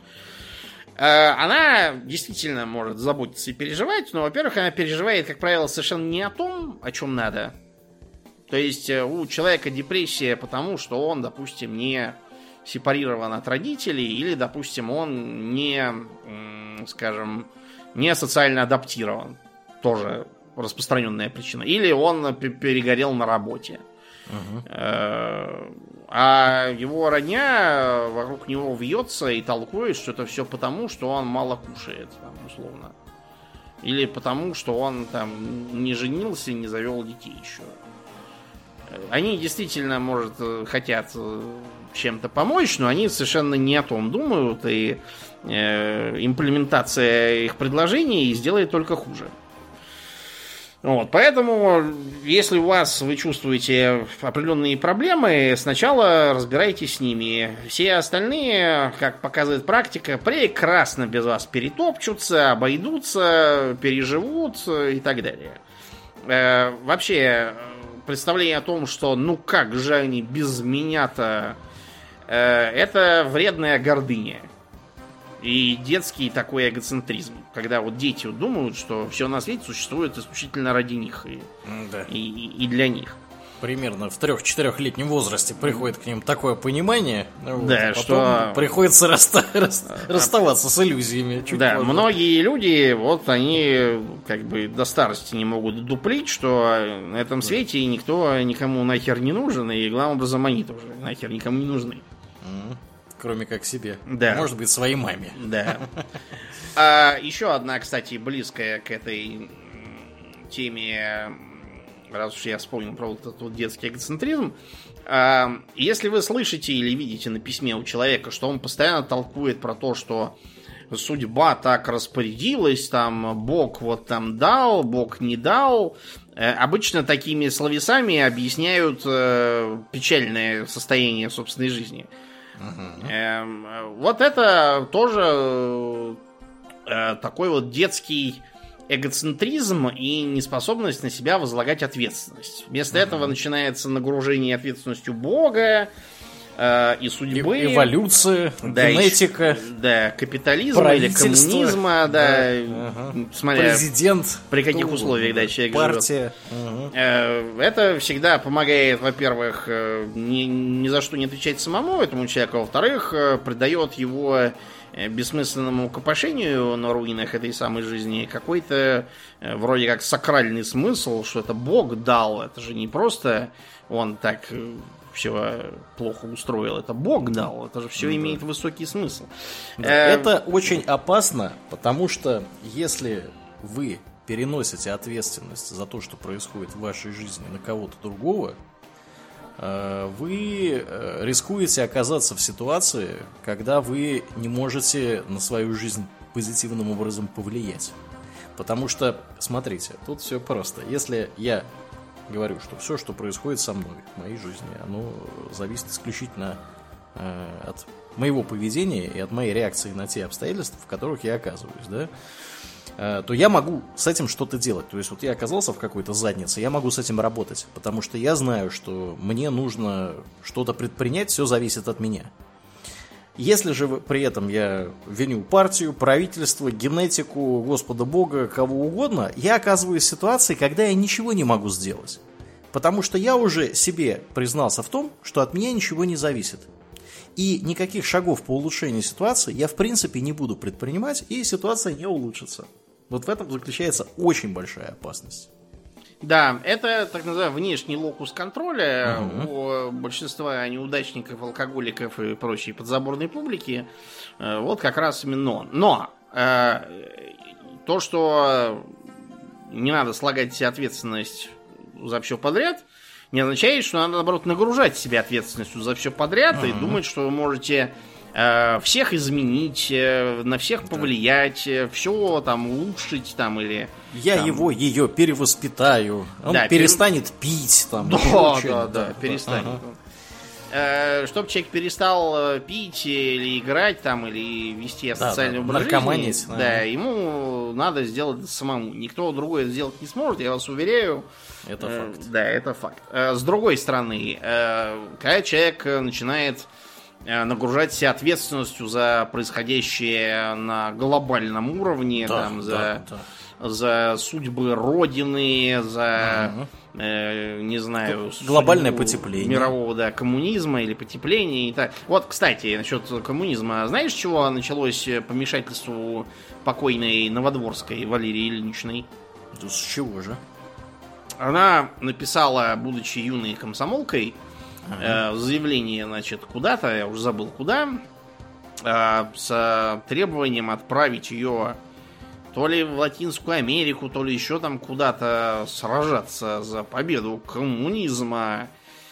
Она действительно может заботиться и переживать, но, во-первых, она переживает, как правило, совершенно не о том, о чем надо. То есть у человека депрессия потому, что он, допустим, не сепарирован от родителей, или, допустим, он не, скажем, не социально адаптирован. Тоже распространенная причина. Или он перегорел на работе. А его родня вокруг него вьется и толкует, что это все потому, что он мало кушает, там, условно. Или потому, что он там не женился, не завел детей еще. Они действительно, может, хотят чем-то помочь, но они совершенно не о том думают, и имплементация их предложений сделает только хуже. Вот, поэтому, если у вас вы чувствуете определенные проблемы, сначала разбирайтесь с ними. Все остальные, как показывает практика, прекрасно без вас перетопчутся, обойдутся, переживут и так далее. Вообще, представление о том, что ну как же они без меня-то, это вредная гордыня. И детский такой эгоцентризм. Когда вот дети думают, что все на свете существует исключительно ради них и для них. примерно в 3-4-летнем возрасте приходит к ним такое понимание, да, вот, а что приходится расставаться с иллюзиями. Да, позже. многие люди, вот они как бы до старости не могут дуплить, что на этом свете никто никому нахер не нужен, и главным образом они тоже нахер никому не нужны. Кроме как себе. Да. Может быть, своей маме. Да. А еще одна, кстати, близкая к этой теме, раз уж я вспомнил про вот этот вот детский эгоцентризм. Если вы слышите или видите на письме у человека, что он постоянно толкует про то, что судьба так распорядилась, там Бог вот там дал, Бог не дал, обычно такими словесами объясняют печальное состояние собственной жизни. Вот это тоже такой вот детский эгоцентризм и неспособность на себя возлагать ответственность. Вместо этого начинается нагружение ответственностью Бога и судьбы. Эволюция, да, генетика. Да, капитализма или коммунизма, да, смотря президент. при каких условиях человек партия. живет. Это всегда помогает, во-первых, ни за что не отвечать самому этому человеку, во-вторых, придает его бессмысленному копошению на руинах этой самой жизни какой-то вроде как сакральный смысл, что это Бог дал, это же не просто он так все плохо устроил, это Бог дал, это же все имеет высокий смысл. Это очень опасно, потому что если вы переносите ответственность за то, что происходит в вашей жизни, на кого-то другого, вы рискуете оказаться в ситуации, когда вы не можете на свою жизнь позитивным образом повлиять. Потому что, смотрите, тут все просто. Если я говорю, что все, что происходит со мной в моей жизни, оно зависит исключительно от моего поведения и от моей реакции на те обстоятельства, в которых я оказываюсь, да, то я могу с этим что-то делать. То есть вот я оказался в какой-то заднице, я могу с этим работать, потому что я знаю, что мне нужно что-то предпринять, все зависит от меня. Если же при этом я виню партию, правительство, генетику, Господа Бога, кого угодно, я оказываюсь в ситуации, когда я ничего не могу сделать. Потому что я уже себе признался в том, что от меня ничего не зависит. И никаких шагов по улучшению ситуации я в принципе не буду предпринимать, и ситуация не улучшится. Вот в этом заключается очень большая опасность. Да, это так называемый внешний локус контроля у большинства неудачников, алкоголиков и прочей подзаборной публики. Вот как раз именно он. Но то, что не надо слагать себе ответственность за все подряд, не означает, что надо, наоборот, нагружать себя ответственностью за все подряд и думать, что вы можете всех изменить, на всех повлиять, все там улучшить там или... Я там... ее перевоспитаю, он перестанет пить там. Да, перестанет. Чтобы человек перестал пить или играть там, или вести социальный образ жизни, да, ему надо сделать это самому. Никто другой это сделать не сможет, я вас уверяю. Это факт. Да, это факт. С другой стороны, когда человек начинает нагружать себя ответственностью за происходящее на глобальном уровне, там, за судьбы Родины, за, не знаю, глобальное потепление мирового коммунизма или потепления. И так. Вот, кстати, насчет коммунизма. Знаешь, с чего началось помешательству покойной Новодворской Валерии Ильиничной? Да с чего же? Она написала, будучи юной комсомолкой, заявление, значит, куда-то, я уже забыл куда, с требованием отправить ее то ли в Латинскую Америку, то ли еще там куда-то сражаться за победу коммунизма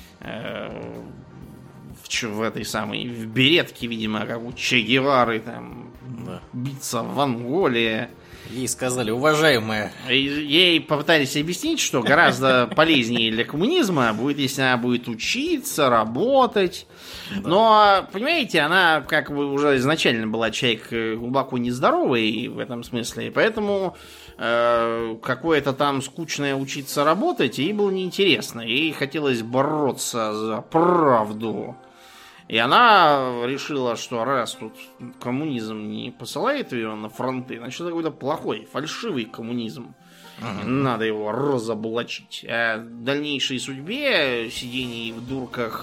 в этой самой, в беретке, видимо, как у Че Гевары, там, биться в Анголе. Ей сказали, уважаемая. Ей попытались объяснить, что гораздо полезнее для коммунизма будет, если она будет учиться, работать. Да. Но, понимаете, она как бы уже изначально была человек глубоко нездоровый в этом смысле, поэтому какое-то там скучное учиться работать ей было неинтересно. Ей хотелось бороться за правду. И она решила, что раз тут коммунизм не посылает ее на фронты, значит, это какой-то плохой, фальшивый коммунизм. Надо его разоблачить. А дальнейшей судьбе, сидении в дурках,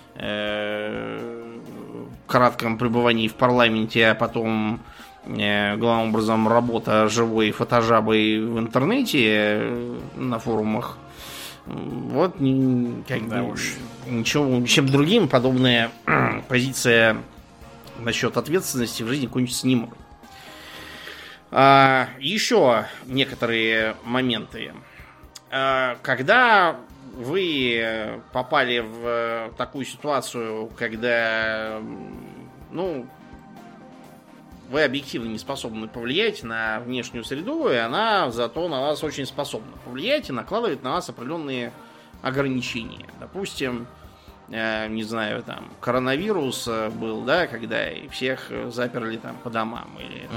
кратком пребывании в парламенте, а потом, главным образом, работа живой фотожабой в интернете, на форумах, вот как бы уж ничего, чем другим подобная позиция насчет ответственности в жизни кончиться не может. Еще некоторые моменты. Когда вы попали в такую ситуацию, когда, ну, вы объективно не способны повлиять на внешнюю среду, и она зато на вас очень способна повлиять и накладывает на вас определенные ограничения. Допустим, не знаю, там, коронавирус был, да, когда и всех заперли там по домам, или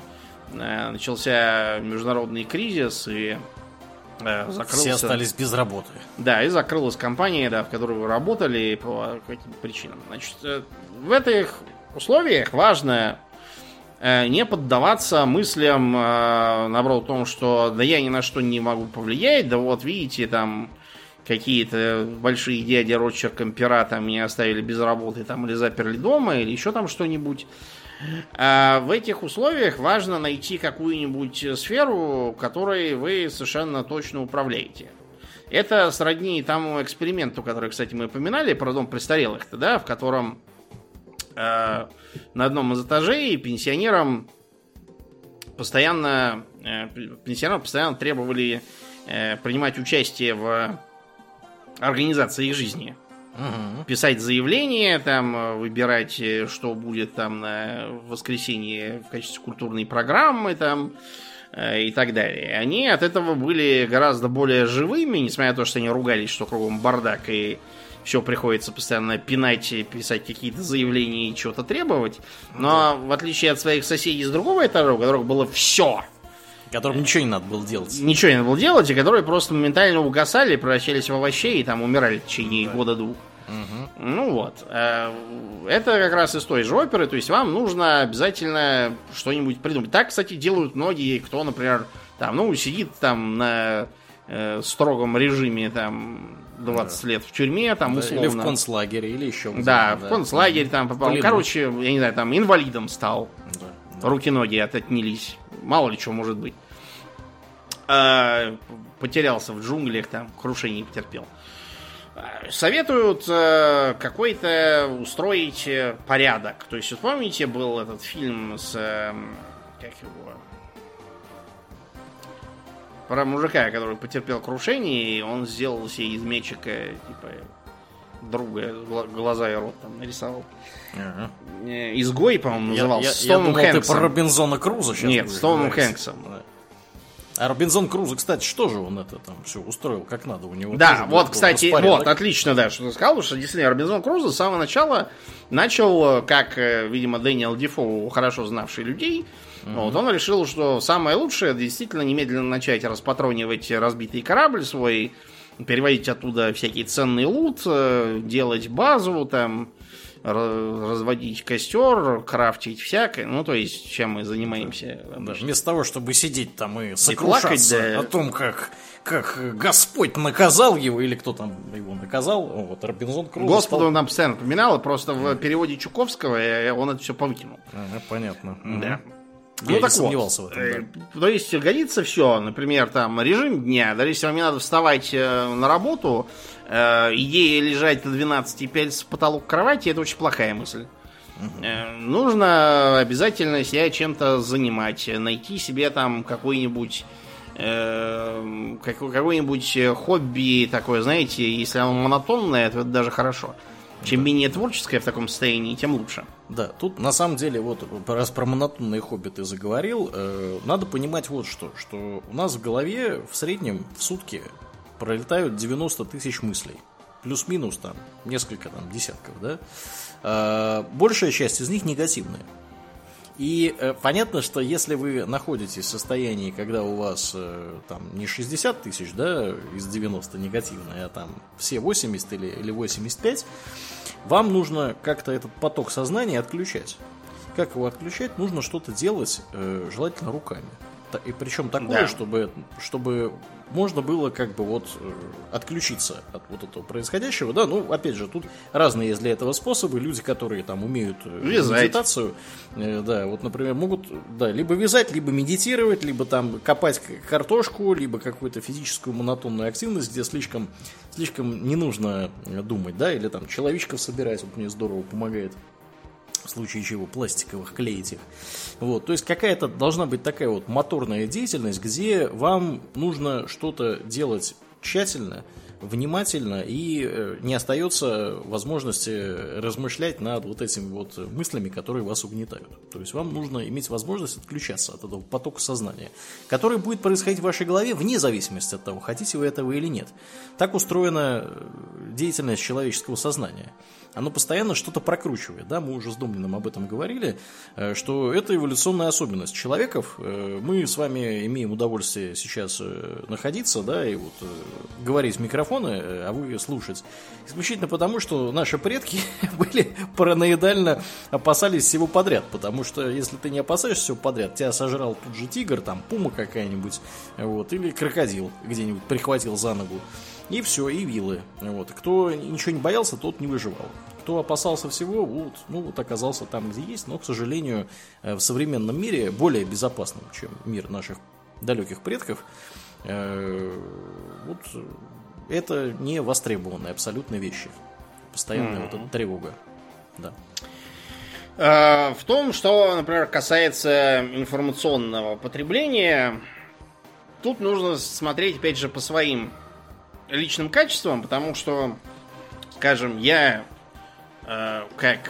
начался международный кризис, и закрылся... Все остались без работы. Да, и закрылась компания, да, в которой вы работали по каким-то причинам. Значит, в этих условиях важно не поддаваться мыслям, наоборот, о том, что да я ни на что не могу повлиять, да вот видите, там какие-то большие дяди росчерком пера там меня оставили без работы там, или заперли дома, или еще там что-нибудь. А в этих условиях важно найти какую-нибудь сферу, которой вы совершенно точно управляете. Это сродни тому эксперименту, который, кстати, мы упоминали, про дом престарелых-то, да, в котором на одном из этажей пенсионерам постоянно требовали принимать участие в организации их жизни. Писать заявление, там, выбирать, что будет там на воскресенье в качестве культурной программы, там, и так далее. Они от этого были гораздо более живыми, несмотря на то, что они ругались, что кругом бардак, и все приходится постоянно пинать, писать какие-то заявления и чего-то требовать. Но в отличие от своих соседей с другого этажа, у которых было все, которым ничего не надо было делать. Ничего не надо было делать, и которые просто моментально угасали, превращались в овощей и там умирали в течение года-двух. Ну вот. Это как раз из той же оперы, то есть вам нужно обязательно что-нибудь придумать. Так, кстати, делают многие, кто, например, там, ну, сидит там на строгом режиме там 20 лет в тюрьме, там, условно. Или в концлагере, или еще где-то. Да, в концлагерь там попал. Короче, я не знаю, там инвалидом стал. Руки-ноги отнялись. Мало ли что может быть. Потерялся в джунглях, там, крушение потерпел. Советуют какой-то устроить порядок. То есть, вот помните, был этот фильм с... как его? Про мужика, который потерпел крушение, и он сделал себе из мячика, типа, друга, глаза и рот там нарисовал. «Изгой», по-моему, назывался. С Томом Хэнксом. Ты про Робинзона Круза сейчас? Нет, с Томом Хэнксом. А Робинзон Крузо, кстати, что же он это там все устроил как надо? У него да, вот, кстати, вот, отлично, да, что ты сказал, потому что действительно Робинзон Крузо с самого начала начал, как, видимо, Дэниел Дефо, хорошо знавший людей, вот, он решил, что самое лучшее действительно немедленно начать распатронивать разбитый корабль свой, переводить оттуда всякий ценный лут, делать базу, там, разводить костер, крафтить всякое. Ну, то есть, чем мы занимаемся. Да, вместо того, чтобы сидеть там и сокрушаться плакать, да, о том, как Господь наказал его, или кто там его наказал, вот Робинзон Крузо. Господу он нам постоянно напоминал, просто в переводе Чуковского он это все повыкинул. Понятно. Да. Я не сомневался в этом. Да. То есть годится все, например, там режим дня, даже если вам не надо вставать на работу, идея лежать до 12 и пялиться в потолок кровати, это очень плохая мысль. Нужно обязательно себя чем-то занимать, найти себе там какое-нибудь хобби такое, знаете, если оно монотонное, то это даже хорошо. Чем менее творческое в таком состоянии, тем лучше. Да, тут на самом деле, вот раз про монотонные хобби ты заговорил, надо понимать вот что у нас в голове в среднем в сутки пролетают 90 тысяч мыслей. Плюс-минус там несколько там десятков, да? Большая часть из них негативная. И понятно, что если вы находитесь в состоянии, когда у вас там не 60 тысяч, да, из 90 негативные, а там все 80 или 85, вам нужно как-то этот поток сознания отключать. Как его отключать? Нужно что-то делать, желательно руками. И причем такое, да. чтобы можно было как бы вот отключиться от вот этого происходящего, да, ну, опять же, тут разные есть для этого способы, люди, которые там умеют медитацию, да, вот, например, могут, да, либо вязать, либо медитировать, либо там копать картошку, либо какую-то физическую монотонную активность, где слишком не нужно думать, да, или там человечков собирать, вот мне здорово помогает. В случае чего пластиковых, клеить их. Вот, то есть какая-то должна быть такая вот моторная деятельность, где вам нужно что-то делать тщательно, внимательно, и не остается возможности размышлять над вот этими вот мыслями, которые вас угнетают. То есть вам нужно иметь возможность отключаться от этого потока сознания, который будет происходить в вашей голове вне зависимости от того, хотите вы этого или нет. Так устроена деятельность человеческого сознания. Оно постоянно что-то прокручивает, да, мы уже с Домниным об этом говорили, что это эволюционная особенность человеков. Мы с вами имеем удовольствие сейчас находиться, да, и вот говорить в микрофоны, а вы слушать, исключительно потому, что наши предки были параноидально опасались всего подряд, потому что если ты не опасаешься всего подряд, тебя сожрал тут же тигр, там пума какая-нибудь, вот, или крокодил где-нибудь прихватил за ногу. И все, и вилы. Вот. Кто ничего не боялся, тот не выживал. Кто опасался всего, вот оказался там, где есть. Но, к сожалению, в современном мире, более безопасным, чем мир наших далеких предков, вот это не востребованные абсолютно вещи. Постоянная вот эта тревога. Да. В том, что, например, касается информационного потребления, тут нужно смотреть, опять же, по своим личным качествам, потому что, скажем, я как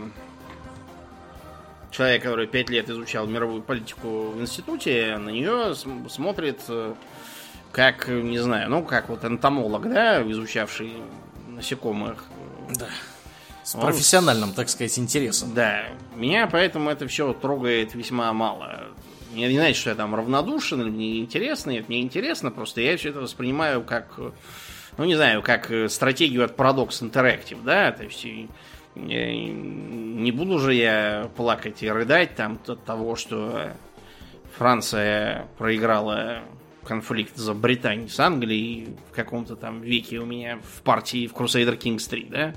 человек, который 5 лет изучал мировую политику в институте, на нее смотрит как, не знаю, ну, как вот энтомолог, да, изучавший насекомых. Да. С профессиональным, так сказать, интересом. Да. Меня поэтому это все трогает весьма мало. Не значит, что я там равнодушен или мне интересно. Нет, мне интересно, просто я все это воспринимаю как, ну, не знаю, как стратегию от Paradox Interactive, да, то есть не буду же я плакать и рыдать там от того, что Франция проиграла конфликт за Британию с Англией в каком-то там веке у меня в партии в Crusader Kings 3, да?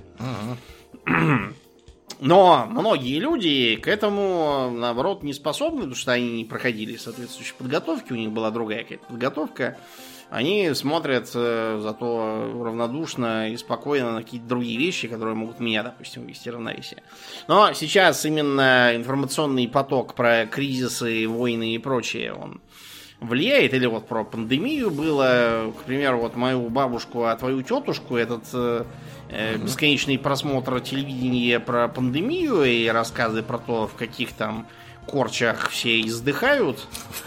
Но многие люди к этому, наоборот, не способны, потому что они не проходили соответствующей подготовки, у них была другая какая-то подготовка. Они смотрят зато равнодушно и спокойно на какие-то другие вещи, которые могут меня, допустим, ввести в равновесие. Но сейчас именно информационный поток про кризисы, войны и прочее, он влияет. Или вот про пандемию было, к примеру, вот мою бабушку, а твою тетушку, этот бесконечный просмотр телевидения про пандемию и рассказы про то, в каких там корчах все издыхают,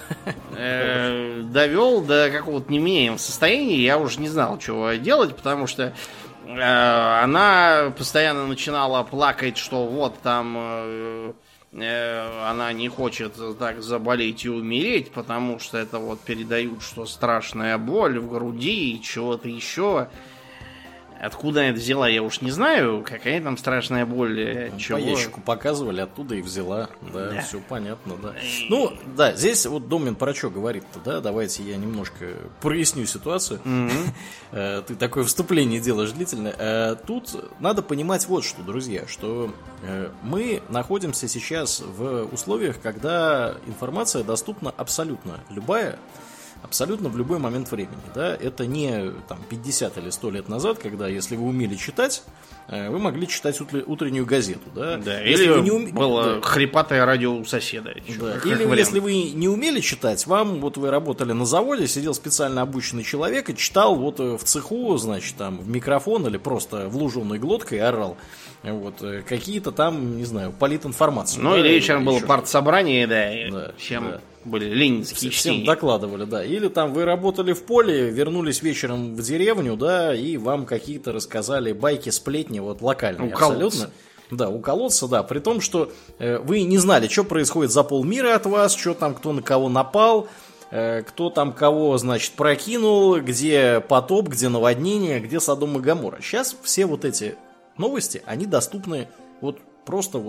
довел до какого-то невменяемого состояния. Я уже не знал, чего делать, потому что она постоянно начинала плакать, что вот там она не хочет так заболеть и умереть, потому что это вот передают, что страшная боль в груди и чего-то еще. Откуда она это взяла, я уж не знаю. Какая там страшная боль. По ящику показывали, оттуда и взяла. Да, все понятно, да. Ну, да, здесь вот Домнин про что говорит-то, да? Давайте я немножко проясню ситуацию. Ты такое вступление делаешь длительное. Тут надо понимать вот что, друзья, что мы находимся сейчас в условиях, когда информация доступна абсолютно любая, абсолютно в любой момент времени, да, это не там 50 или 100 лет назад, когда, если вы умели читать, вы могли читать утреннюю газету, да. Да, если или было хрипатое радио у соседа. Да. Или если вы не умели читать, вот вы работали на заводе, сидел специально обученный человек и читал вот в цеху, значит, там в микрофон или просто в луженой глоткой орал. Вот, какие-то там, не знаю, политинформацию. Ну, да, или вечером было партсобрание, да, чем были ленинские всем чтения. Докладывали, да. Или там вы работали в поле, вернулись вечером в деревню, да, и вам какие-то рассказали байки, сплетни, вот локальные абсолютно. Да, у колодца, да. При том, что вы не знали, что происходит за полмира от вас, что там, кто на кого напал, кто там кого, значит, прокинул, где потоп, где наводнение, где Содом и Гоморра. Сейчас все вот эти новости, они доступны вот просто вот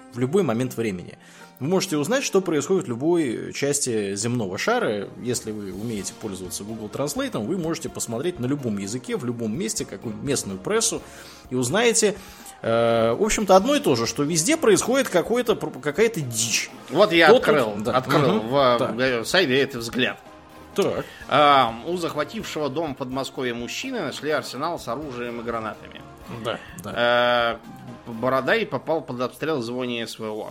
в любой момент времени. Вы можете узнать, что происходит в любой части земного шара. Если вы умеете пользоваться Google Translate, вы можете посмотреть на любом языке, в любом месте, какую-нибудь местную прессу, и узнаете, в общем-то, одно и то же, что везде происходит какая-то дичь. Вот я открыл в сайте «Это взгляд». Так. У захватившего дом в Подмосковье мужчины нашли арсенал с оружием и гранатами. Да. Бородай попал под обстрел в зоне СВО.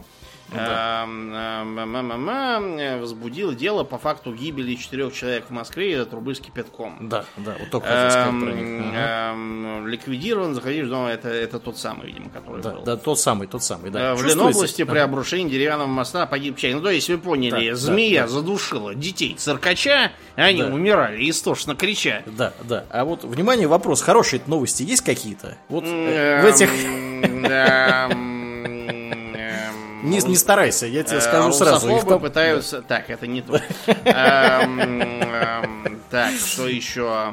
Возбудил дело по факту гибели 4 человек в Москве из-за трубы с кипятком. Да, вот только хотел сказать про них. Ликвидирован, заходишь дома, это тот самый, видимо, который был. Да, тот самый, да. В Ленобласти при обрушении деревянного моста погиб человек. Ну, то есть, вы поняли, змея задушила детей циркача, они умирали, истошно крича. Да. А вот, внимание, вопрос, хорошие новости есть какие-то? Вот в этих... Не старайся, я тебе скажу сразу. Их пытаются... Так, это не то. Так, что еще?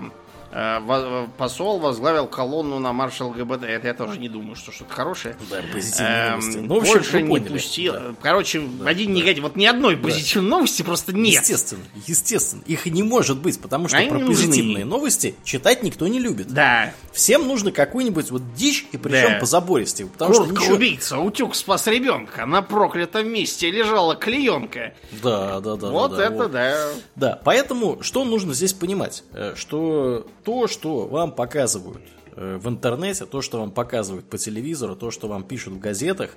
Посол возглавил колонну на марш ЛГБТ. Это я тоже не думаю, что что-то хорошее. Да, позитивные новости. Больше не пустил. Да. Короче, один негатив. Вот ни одной позитивной новости просто нет. Естественно. Их не может быть, потому что про позитивные новости читать никто не любит. Да. Всем нужно какую-нибудь вот дичь, и причем позабористее. Куртка-убийца, утюг спас ребенка. На проклятом месте лежала клеенка. Да. Да, поэтому что нужно здесь понимать? Что то, что вам показывают в интернете, то, что вам показывают по телевизору, то, что вам пишут в газетах,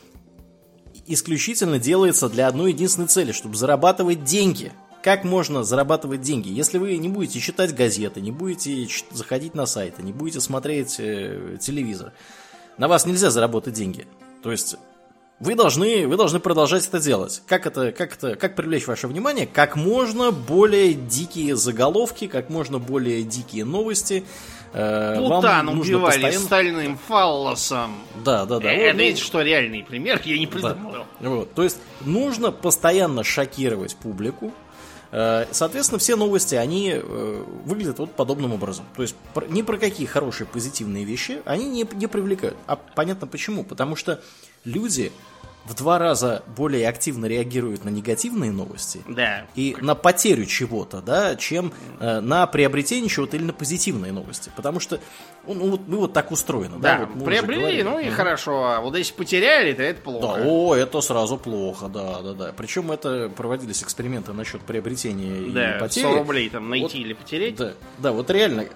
исключительно делается для одной единственной цели, чтобы зарабатывать деньги. Как можно зарабатывать деньги? Если вы не будете читать газеты, не будете заходить на сайты, не будете смотреть телевизор, на вас нельзя заработать деньги. То есть вы должны продолжать это делать. Как привлечь ваше внимание? Как можно более дикие заголовки, как можно более дикие новости. Плутан убивали стальным фаллосом. Да. Это что реальный пример, я не придумал. Да. То есть нужно постоянно шокировать публику. Соответственно, все новости, они выглядят вот подобным образом. То есть ни про какие хорошие позитивные вещи они не привлекают. А понятно почему. Потому что люди в 2 раза более активно реагируют на негативные новости и на потерю чего-то, да, чем на приобретение чего-то или на позитивные новости. Потому что мы вот так устроены. Да, вот приобрели, и хорошо. А вот если потеряли, то это плохо. Да, это сразу плохо, да. Причем это проводились эксперименты насчет приобретения и потери. 100 рублей там найти или потерять. Да, вот реально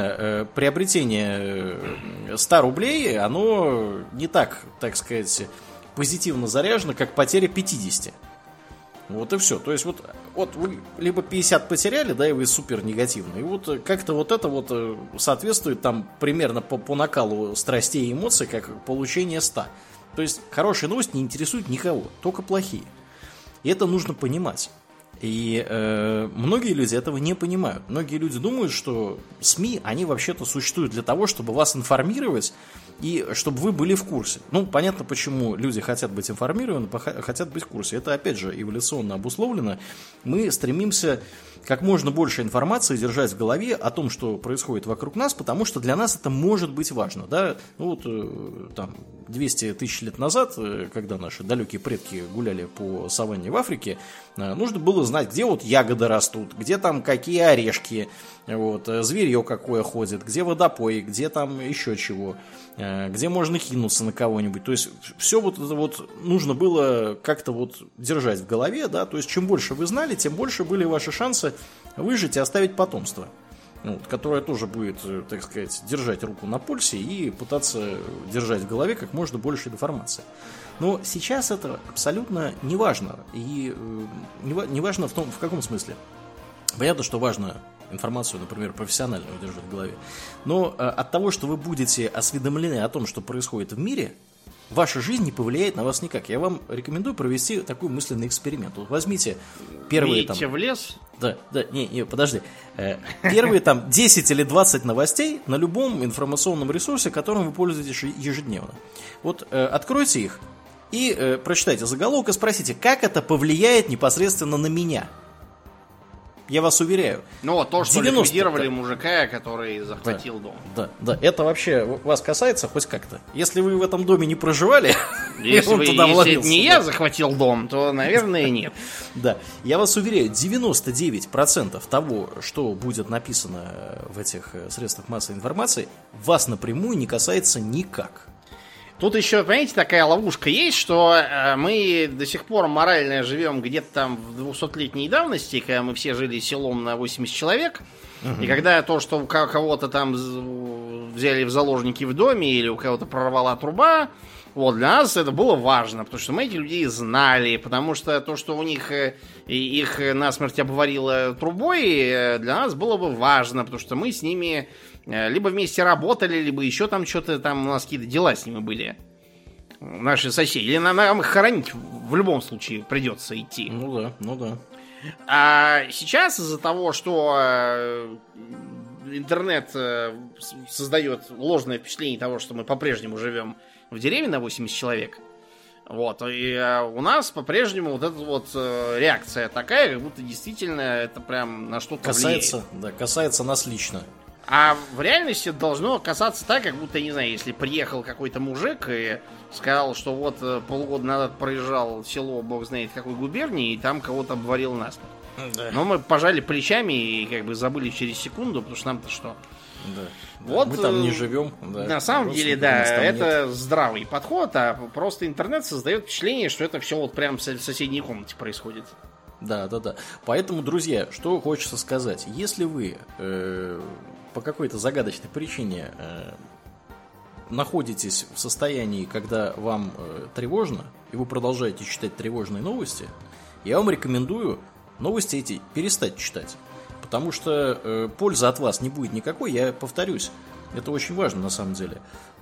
приобретение 100 рублей, оно не так сказать, позитивно заряжено, как потеря 50. Вот и все. То есть вот вы либо 50 потеряли, да, и вы супер негативны. И вот как-то вот это вот соответствует там примерно по накалу страстей и эмоций, как получение 100. То есть хорошие новости не интересуют никого, только плохие. И это нужно понимать. И многие люди этого не понимают. Многие люди думают, что СМИ, они вообще-то существуют для того, чтобы вас информировать и чтобы вы были в курсе. Ну, понятно, почему люди хотят быть информированы, хотят быть в курсе. Это, опять же, эволюционно обусловлено. Мы стремимся как можно больше информации держать в голове о том, что происходит вокруг нас, потому что для нас это может быть важно. Да? Ну, вот, там, 200 тысяч лет назад, когда наши далекие предки гуляли по саванне в Африке, нужно было знать, где вот ягоды растут, где там какие орешки, вот, зверье какое ходит, где водопой, где там еще чего, где можно кинуться на кого-нибудь. То есть все вот это вот нужно было как-то вот держать в голове, да, то есть чем больше вы знали, тем больше были ваши шансы выжить и оставить потомство, вот, которое тоже будет, так сказать, держать руку на пульсе и пытаться держать в голове как можно больше информации. Но сейчас это абсолютно не важно. И не важно в каком смысле. Понятно, что важно информацию, например, профессиональную держать в голове. Но от того, что вы будете осведомлены о том, что происходит в мире, ваша жизнь не повлияет на вас никак. Я вам рекомендую провести такой мысленный эксперимент. Вот возьмите первые там... в лес? Да, не, подожди. Первые там 10 или 20 новостей на любом информационном ресурсе, которым вы пользуетесь ежедневно. Вот откройте их и прочитайте заголовок и спросите, как это повлияет непосредственно на меня. я вас уверяю. Ну, то, что ликвидировали мужика, который захватил дом. Да. Это вообще вас касается хоть как-то? Если вы в этом доме не проживали, если не я захватил дом, то, наверное, нет. Да. Я вас уверяю, 99% того, что будет написано в этих средствах массовой информации, вас напрямую не касается никак. Тут еще, понимаете, такая ловушка есть, что мы до сих пор морально живем где-то там в 200-летней давности, когда мы все жили селом на 80 человек, и когда то, что у кого-то там взяли в заложники в доме или у кого-то прорвала труба, вот, для нас это было важно, потому что мы этих людей знали, потому что то, что у них их насмерть обварило трубой, для нас было бы важно, потому что мы с ними либо вместе работали, либо еще там что-то, там у нас какие-то дела с ними были. Наши соседи. Или нам их хоронить в любом случае придется идти. Ну да. А сейчас из-за того, что интернет создает ложное впечатление того, что мы по-прежнему живем в деревне на 80 человек, вот, и у нас по-прежнему вот эта вот реакция такая, как будто действительно это прям на что-то влияет. Да, касается нас лично. А в реальности это должно касаться так, как будто, я не знаю, если приехал какой-то мужик и сказал, что вот полгода назад проезжал село, бог знает какой губернии, и там кого-то обварил насмерть. Да. Но мы пожали плечами и как бы забыли через секунду, потому что нам-то что? Да. Вот, мы там не живем. Да. На самом деле, да, это здравый подход, а просто интернет создает впечатление, что это все вот прямо в соседней комнате происходит. Да. Поэтому, друзья, что хочется сказать. Если вы по какой-то загадочной причине находитесь в состоянии, когда вам тревожно, и вы продолжаете читать тревожные новости, я вам рекомендую новости эти перестать читать. Потому что пользы от вас не будет никакой, я повторюсь. Это очень важно на самом деле.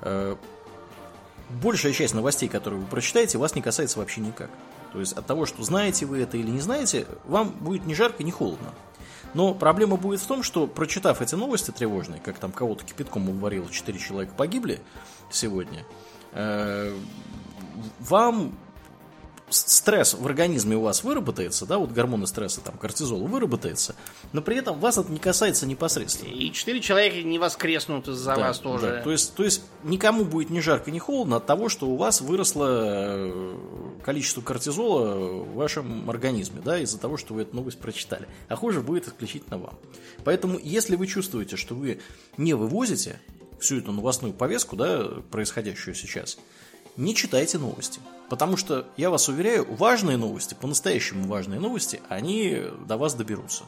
Большая часть новостей, которые вы прочитаете, вас не касается вообще никак. То есть от того, что знаете вы это или не знаете, вам будет ни жарко, ни холодно. Но проблема будет в том, что, прочитав эти новости тревожные, как там кого-то кипятком уговорило, 4 человека погибли сегодня, вам стресс в организме у вас выработается, да, вот гормоны стресса, там, кортизол выработается, но при этом вас это не касается непосредственно. И 4 человека не воскреснут из-за вас тоже. Да. То есть никому будет ни жарко, ни холодно от того, что у вас выросло количество кортизола в вашем организме, да, из-за того, что вы эту новость прочитали. А хуже будет исключительно вам. Поэтому, если вы чувствуете, что вы не вывозите всю эту новостную повестку, да, происходящую сейчас, не читайте новости. Потому что, я вас уверяю, важные новости, по-настоящему важные новости, они до вас доберутся.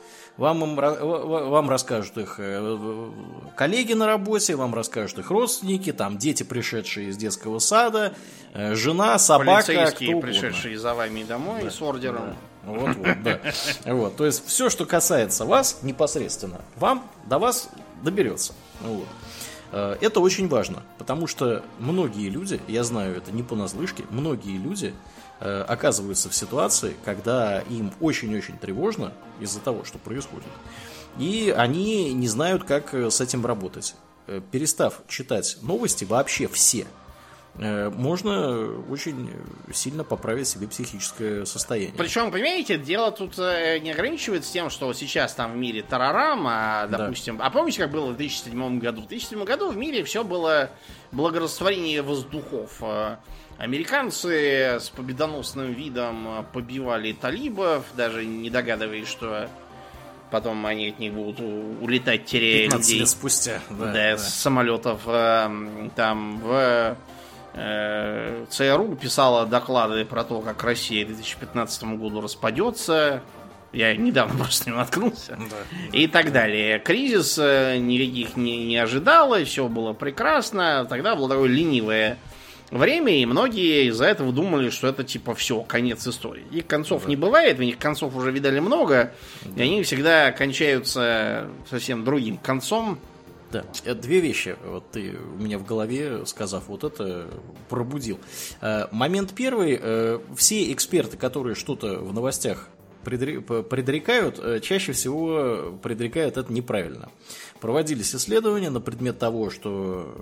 Вам расскажут их коллеги на работе, вам расскажут их родственники, там дети, пришедшие из детского сада, жена, собака, полицейские, пришедшие за вами домой, да, с ордером. Да. Вот. То есть все, что касается вас непосредственно, до вас доберется. Вот. Это очень важно, потому что многие люди, я знаю это не понаслышке, многие люди оказываются в ситуации, когда им очень-очень тревожно из-за того, что происходит. И они не знают, как с этим работать. Перестав читать новости, вообще все, можно очень сильно поправить себе психическое состояние. Причем, понимаете, дело тут не ограничивается тем, что сейчас там в мире тарарам, допустим... Да. А помните, как было в 2007 году? В 2007 году в мире все было благорастворение воздухов. Американцы с победоносным видом побивали талибов, даже не догадываясь, что потом они от них будут улетать, теряя 15 людей. Лет спустя. Да, с самолетов. Там в ЦРУ писала доклады про то, как Россия к 2015 году распадется. Я недавно просто с ним наткнулся. Да. И так далее. Кризис никаких не ожидало, все было прекрасно. Тогда было такое ленивое время, и многие из-за этого думали, что это типа все, конец истории. Их концов не бывает, у них концов уже видали много, и они всегда кончаются совсем другим концом. Да, две вещи вот ты у меня в голове, сказав вот это, пробудил. Момент первый. Все эксперты, которые что-то в новостях предрекают, чаще всего предрекают это неправильно. Проводились исследования на предмет того, что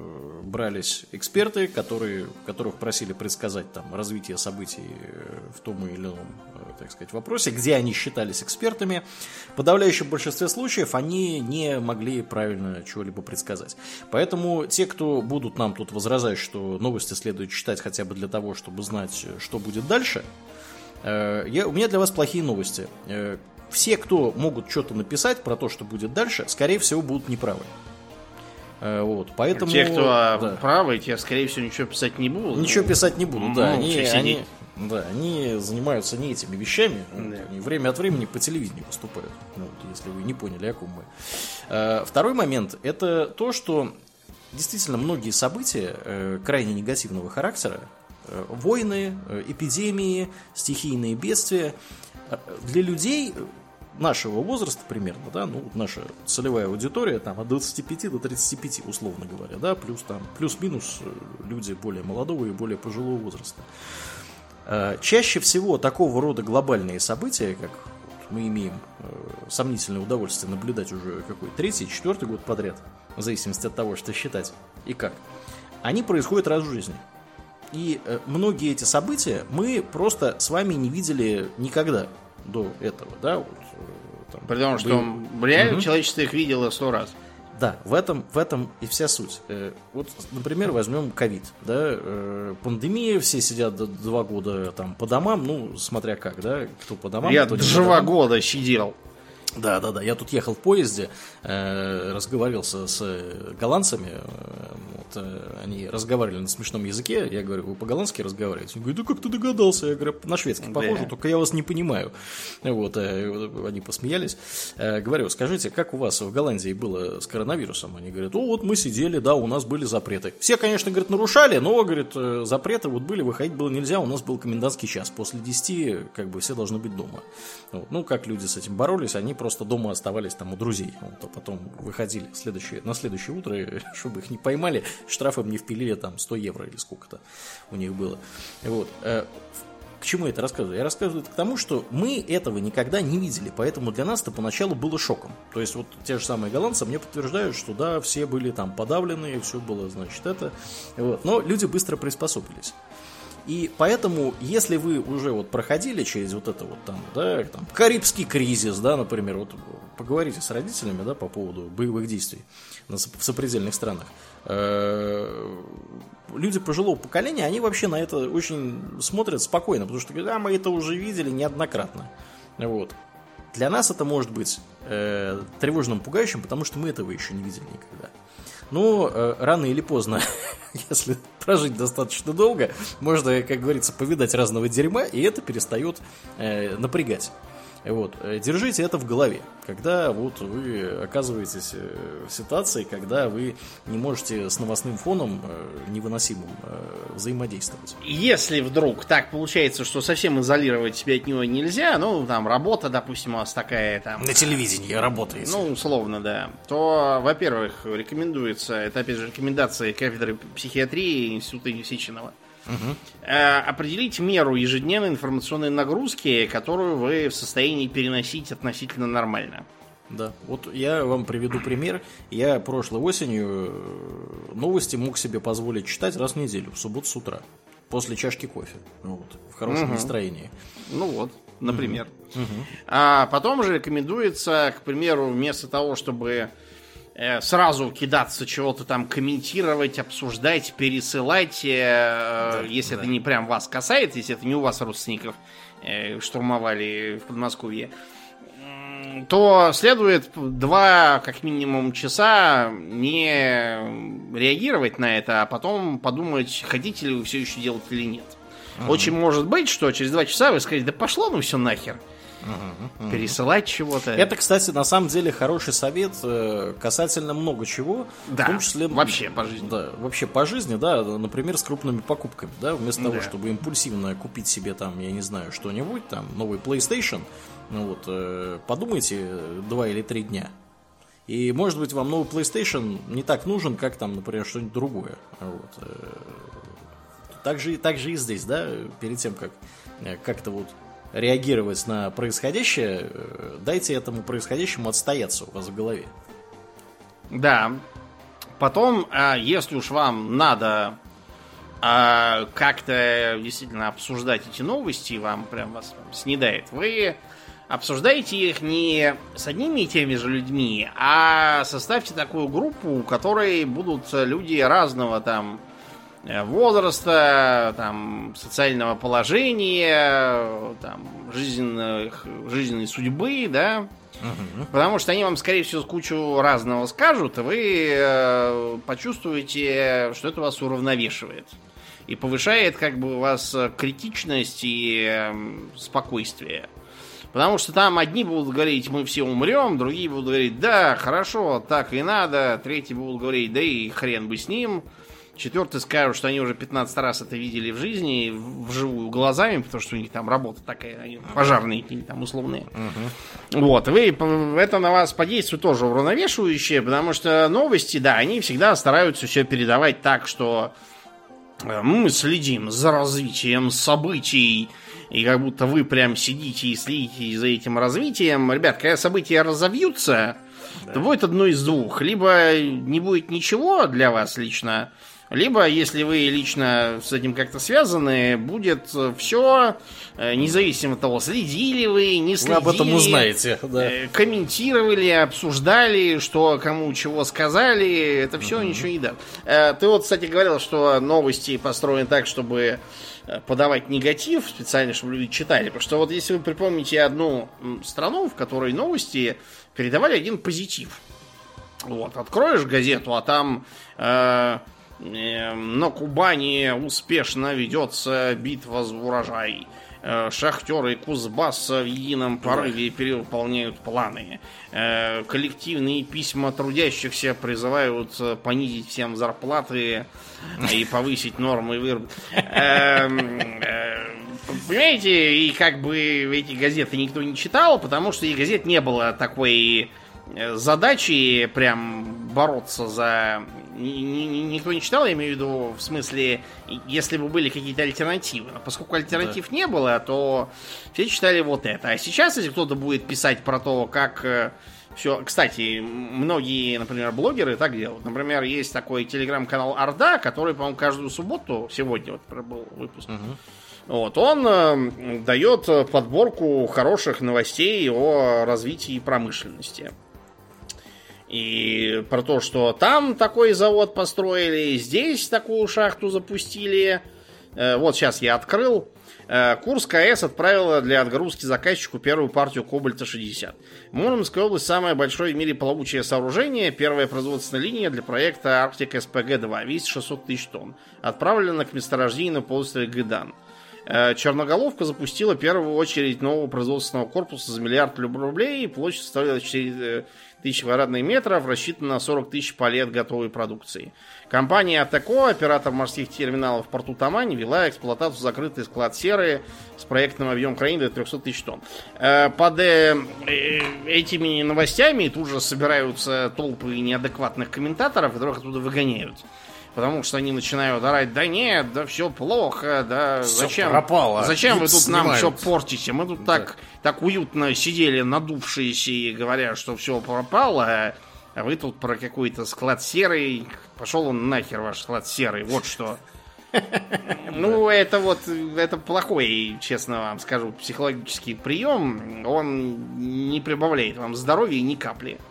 брались эксперты, которых просили предсказать там развитие событий в том или ином, так сказать, вопросе, где они считались экспертами. В подавляющем большинстве случаев они не могли правильно чего-либо предсказать. Поэтому те, кто будут нам тут возражать, что новости следует читать хотя бы для того, чтобы знать, что будет дальше, у меня для вас плохие новости. Все, кто могут что-то написать про то, что будет дальше, скорее всего, будут неправы. Вот, поэтому, те, кто правы, те, скорее всего, ничего писать не будут. Ничего писать не будут, да. Они занимаются не этими вещами. Да. Они время от времени по телевидению выступают. Если вы не поняли, о ком мы. Второй момент – это то, что действительно многие события крайне негативного характера, войны, эпидемии, стихийные бедствия, для людей нашего возраста примерно, да, наша целевая аудитория там от 25 до 35, условно говоря, да, плюс-минус люди более молодого и более пожилого возраста. Чаще всего такого рода глобальные события, как мы имеем сомнительное удовольствие наблюдать уже какой 3-4 год подряд, в зависимости от того, что считать и как, они происходят раз в жизни. И многие эти события мы просто с вами не видели никогда до этого, да, Потому что реально человечество их видело 100 раз. Да, в этом и вся суть. Вот, например, возьмем ковид, да, пандемия, все сидят 2 года там по домам, смотря как, да, кто по домам. Я 2 года сидел. Да, я тут ехал в поезде, разговаривался с голландцами, они разговаривали на смешном языке, я говорю, вы по-голландски разговариваете? Они говорят, да как ты догадался? Я говорю, на шведский похоже, только я вас не понимаю. Вот, они посмеялись. Говорю, скажите, как у вас в Голландии было с коронавирусом? Они говорят, вот мы сидели, да, у нас были запреты. Все, конечно, говорят, нарушали, но, говорят, запреты вот были, выходить было нельзя, у нас был комендантский час, после 10 как бы все должны быть дома. Вот, как люди с этим боролись, они просто дома оставались там у друзей, а потом выходили на следующее утро, чтобы их не поймали, штрафом не впилили там 100 евро или сколько-то у них было. Вот. К чему я это рассказываю? Я рассказываю это к тому, что мы этого никогда не видели, поэтому для нас это поначалу было шоком. То есть вот те же самые голландцы мне подтверждают, что да, все были там подавлены, все было, значит, это. Вот. Но люди быстро приспособились. И поэтому, если вы уже вот проходили через вот это вот там, да, там, Карибский кризис, да, например, вот поговорите с родителями, да, по поводу боевых действий в сопредельных странах. Люди пожилого поколения, они вообще на это очень смотрят спокойно, потому что говорят, мы это уже видели неоднократно. Вот. Для нас это может быть тревожным, пугающим, потому что мы этого еще не видели никогда. Но рано или поздно, если прожить достаточно долго, можно, как говорится, повидать разного дерьма, и это перестает напрягать. Вот. Держите это в голове, когда вот вы оказываетесь в ситуации, когда вы не можете с новостным фоном невыносимым взаимодействовать. Если вдруг так получается, что совсем изолировать себя от него нельзя, там работа, допустим, у вас такая там... На телевидении работаете. Условно, да. То, во-первых, рекомендуется, это опять же рекомендации кафедры психиатрии Института Сеченова, определить меру ежедневной информационной нагрузки, которую вы в состоянии переносить относительно нормально. Да, вот я вам приведу пример. Я прошлой осенью новости мог себе позволить читать раз в неделю, в субботу с утра, после чашки кофе, в хорошем настроении. Например. А потом же рекомендуется, к примеру, вместо того, чтобы сразу кидаться чего-то там комментировать, обсуждать, пересылать, если это не прям вас касается, если это не у вас родственников штурмовали в Подмосковье, то следует 2, как минимум, часа не реагировать на это, а потом подумать, хотите ли вы все еще делать или нет. Очень может быть, что через 2 часа вы скажете, да пошло ну все нахер. Пересылать чего-то. Это, кстати, на самом деле хороший совет касательно много чего. Да, в том числе, вообще по жизни. Да, вообще по жизни, да, например, с крупными покупками, да, вместо того, чтобы импульсивно купить себе там, я не знаю, что-нибудь, там, новый PlayStation, подумайте 2 или 3 дня. И, может быть, вам новый PlayStation не так нужен, как там, например, что-нибудь другое. Так же и здесь, да, перед тем, как как-то реагировать на происходящее, дайте этому происходящему отстояться у вас в голове. Да. Потом, если уж вам надо как-то действительно обсуждать эти новости, вам прям вас снедает, вы обсуждаете их не с одними и теми же людьми, а составьте такую группу, у которой будут люди разного там возраста, там, социального положения, там, жизненной судьбы, да. Потому что они вам, скорее всего, кучу разного скажут, и вы почувствуете, что это вас уравновешивает. И повышает как бы у вас критичность и спокойствие. Потому что там одни будут говорить, мы все умрем, другие будут говорить, да, хорошо, так и надо, третьи будут говорить, да и хрен бы с ним. Четвертые скажут, что они уже 15 раз это видели в жизни, вживую глазами, потому что у них там работа такая, они пожарные какие-то там условные. Вот, это на вас подействует тоже уравновешивающее, потому что новости, да, они всегда стараются все передавать так, что мы следим за развитием событий, и как будто вы прям сидите и следите за этим развитием. Ребят, когда события разовьются, то будет одно из двух. Либо не будет ничего для вас лично, либо, если вы лично с этим как-то связаны, будет все, независимо от того, следили вы, не следили. Вы об этом узнаете, да. Комментировали, обсуждали, что кому чего сказали. Это все ничего не даст. Ты вот, кстати, говорил, что новости построены так, чтобы подавать негатив специально, чтобы люди читали. Потому что вот если вы припомните одну страну, в которой новости передавали один позитив. Вот, откроешь газету, а там... на Кубани успешно ведется битва за урожай. Шахтеры Кузбасса в едином порыве перевыполняют планы. Коллективные письма трудящихся призывают понизить всем зарплаты и повысить нормы выработки. Понимаете, и как бы эти газеты никто не читал, потому что и газет не было такой задачи прям бороться за... Никто не читал, я имею в виду, в смысле, если бы были какие-то альтернативы. Но поскольку альтернатив не было, то все читали вот это. А сейчас, если кто-то будет писать про то, как все... Кстати, многие, например, блогеры так делают. Например, есть такой телеграм-канал Орда, который, по-моему, каждую субботу, сегодня вот был выпуск, вот, он дает подборку хороших новостей о развитии промышленности. И про то, что там такой завод построили, здесь такую шахту запустили. Вот сейчас я открыл. Курская АЭС отправила для отгрузки заказчику первую партию кобальта-60. Мурманская область самое большое в мире плавучее сооружение. Первая производственная линия для проекта Арктик СПГ-2. Весит 600 тысяч тонн. Отправлена к месторождению на полуострове Гыдан. Черноголовка запустила первую очередь нового производственного корпуса за $1 миллиард рублей. Площадь составляла 4 тысячи квадратных метров, рассчитана на 40 тысяч палет готовой продукции. Компания АТКО, оператор морских терминалов в порту Тамань, вела эксплуатацию закрытый склад серы с проектным объемом краин до 300 тысяч тонн. Под этими новостями тут же собираются толпы неадекватных комментаторов, которых оттуда выгоняют. Потому что они начинают орать, да нет, да все плохо, да все зачем пропало. Зачем вы тут нам все портите? Мы тут так уютно сидели, надувшиеся, и говорят, что все пропало, а вы тут про какой-то склад серый. Пошел он нахер, ваш склад серый, вот что. Ну, это плохой, честно вам скажу, психологический прием. Он не прибавляет вам здоровья ни капли.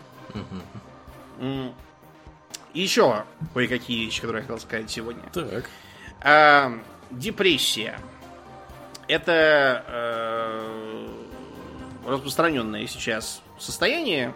Еще кое-какие вещи, которые я хотел сказать сегодня. Так. Депрессия. Это распространенное сейчас состояние.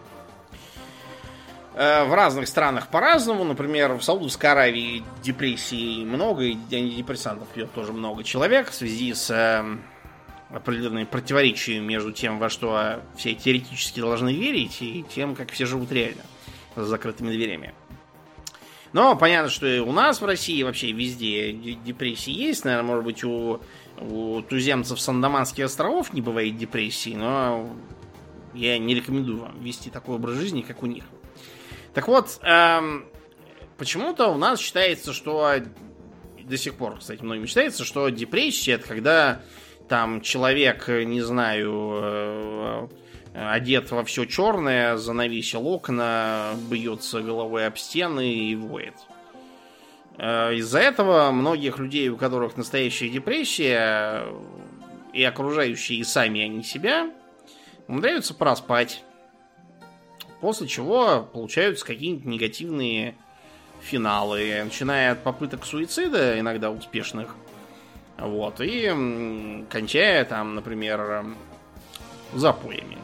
В разных странах по-разному. Например, в Саудовской Аравии депрессии много, и антидепрессантов пьет тоже много человек в связи с определенными противоречиями между тем, во что все теоретически должны верить, и тем, как все живут реально с закрытыми дверями. Но понятно, что и у нас в России вообще везде депрессии есть. Наверное, может быть, у туземцев с Андаманских островов не бывает депрессии, но я не рекомендую вам вести такой образ жизни, как у них. Так вот, почему-то у нас считается, что до сих пор, кстати, многим считается, что депрессия — это когда там человек, не знаю, одет во все черное, занавесил окна, бьется головой об стены и воет. Из-за этого многих людей, у которых настоящая депрессия, и окружающие, и сами они себя, умудряются проспать. После чего получаются какие-нибудь негативные финалы, начиная от попыток суицида, иногда успешных, вот, и кончая там, например, запоями.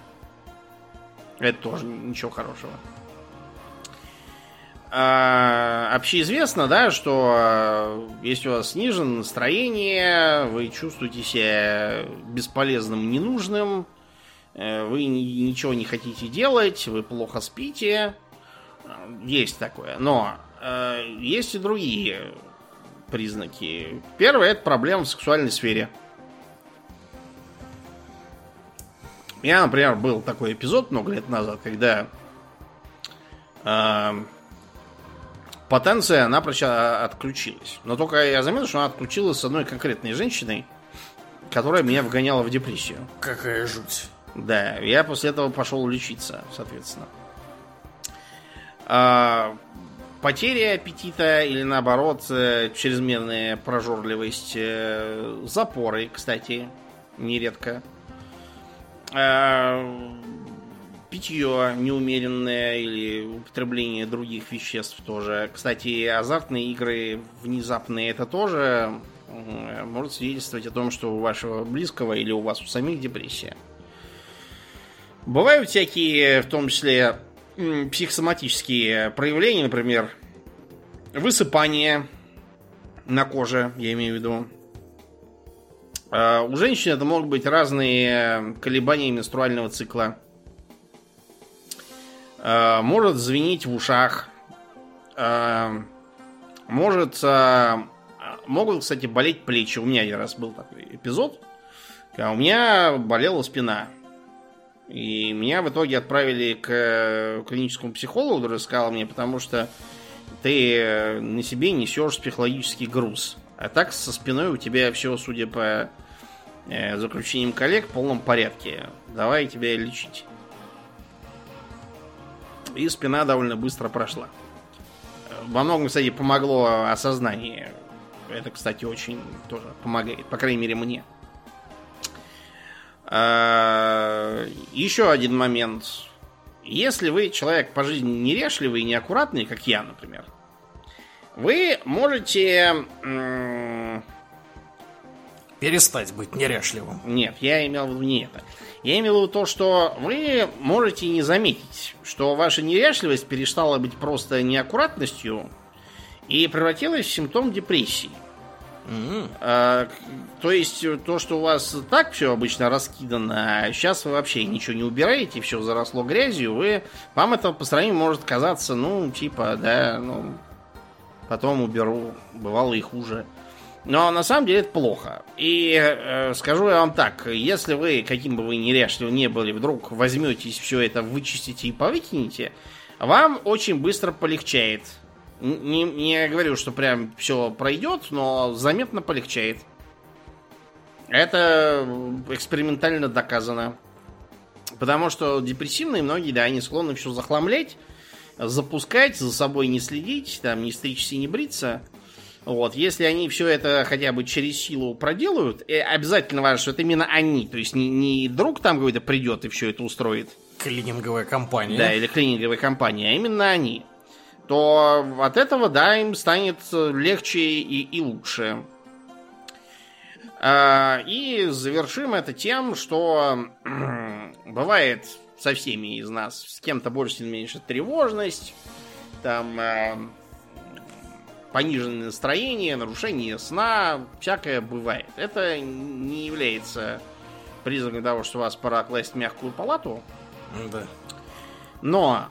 Это тоже ничего хорошего. Общеизвестно, да, что если у вас снижено настроение, вы чувствуете себя бесполезным, ненужным, вы ничего не хотите делать, вы плохо спите, есть такое. Но есть и другие признаки. Первое — это проблема в сексуальной сфере. У меня, например, был такой эпизод много лет назад, когда потенция напрочь отключилась. Но только я заметил, что она отключилась с одной конкретной женщиной, которая меня вгоняла в депрессию. Какая жуть. Да, я после этого пошел лечиться, соответственно. Потеря аппетита или, наоборот, чрезмерная прожорливость, запоры, кстати, нередко. Питье неумеренное или употребление других веществ тоже. Кстати, азартные игры внезапные — это тоже может свидетельствовать о том, что у вашего близкого или у вас у самих депрессия. Бывают всякие, в том числе, психосоматические проявления, например, высыпание на коже, я имею в виду. У женщин это могут быть разные колебания менструального цикла. Может звенеть в ушах. Могут, кстати, болеть плечи. У меня один раз был такой эпизод, когда у меня болела спина. И меня в итоге отправили к клиническому психологу, который сказал мне, потому что ты на себе несешь психологический груз. А так со спиной у тебя все, судя по заключениям коллег, в полном порядке. Давай тебя лечить. И спина довольно быстро прошла. Во многом, кстати, помогло осознание. Это, кстати, очень тоже помогает. По крайней мере, мне. Еще один момент. Если вы человек по жизни неряшливый и неаккуратный, как я, например, вы можете... Перестать быть неряшливым. Нет, я имел в виду не это. Я имел в виду то, что вы можете не заметить, что ваша неряшливость перестала быть просто неаккуратностью и превратилась в симптом депрессии. То есть, то, что у вас так все обычно раскидано, а сейчас вы вообще ничего не убираете, все заросло грязью, вам это по сравнению может казаться, потом уберу, бывало и хуже. Но на самом деле это плохо. И скажу я вам так, если вы, каким бы вы неряшливым не были, вдруг возьметесь все это, вычистите и повыкинете, вам очень быстро полегчает. Не говорю, что прям все пройдет, но заметно полегчает. Это экспериментально доказано. Потому что депрессивные многие, да, они склонны все захламлять, запускать, за собой не следить, там, не стричься и не бриться. Вот, если они все это хотя бы через силу проделают, обязательно важно, что это именно они. То есть не друг там какой-то придет и все это устроит. Клининговая компания. Да, или клининговая компания, а именно они. То от этого, да, им станет легче и лучше. И завершим это тем, что бывает со всеми из нас, с кем-то больше или меньше тревожность, там пониженное настроение, нарушение сна, всякое бывает. Это не является признаком того, что вас пора класть в мягкую палату. Да. Но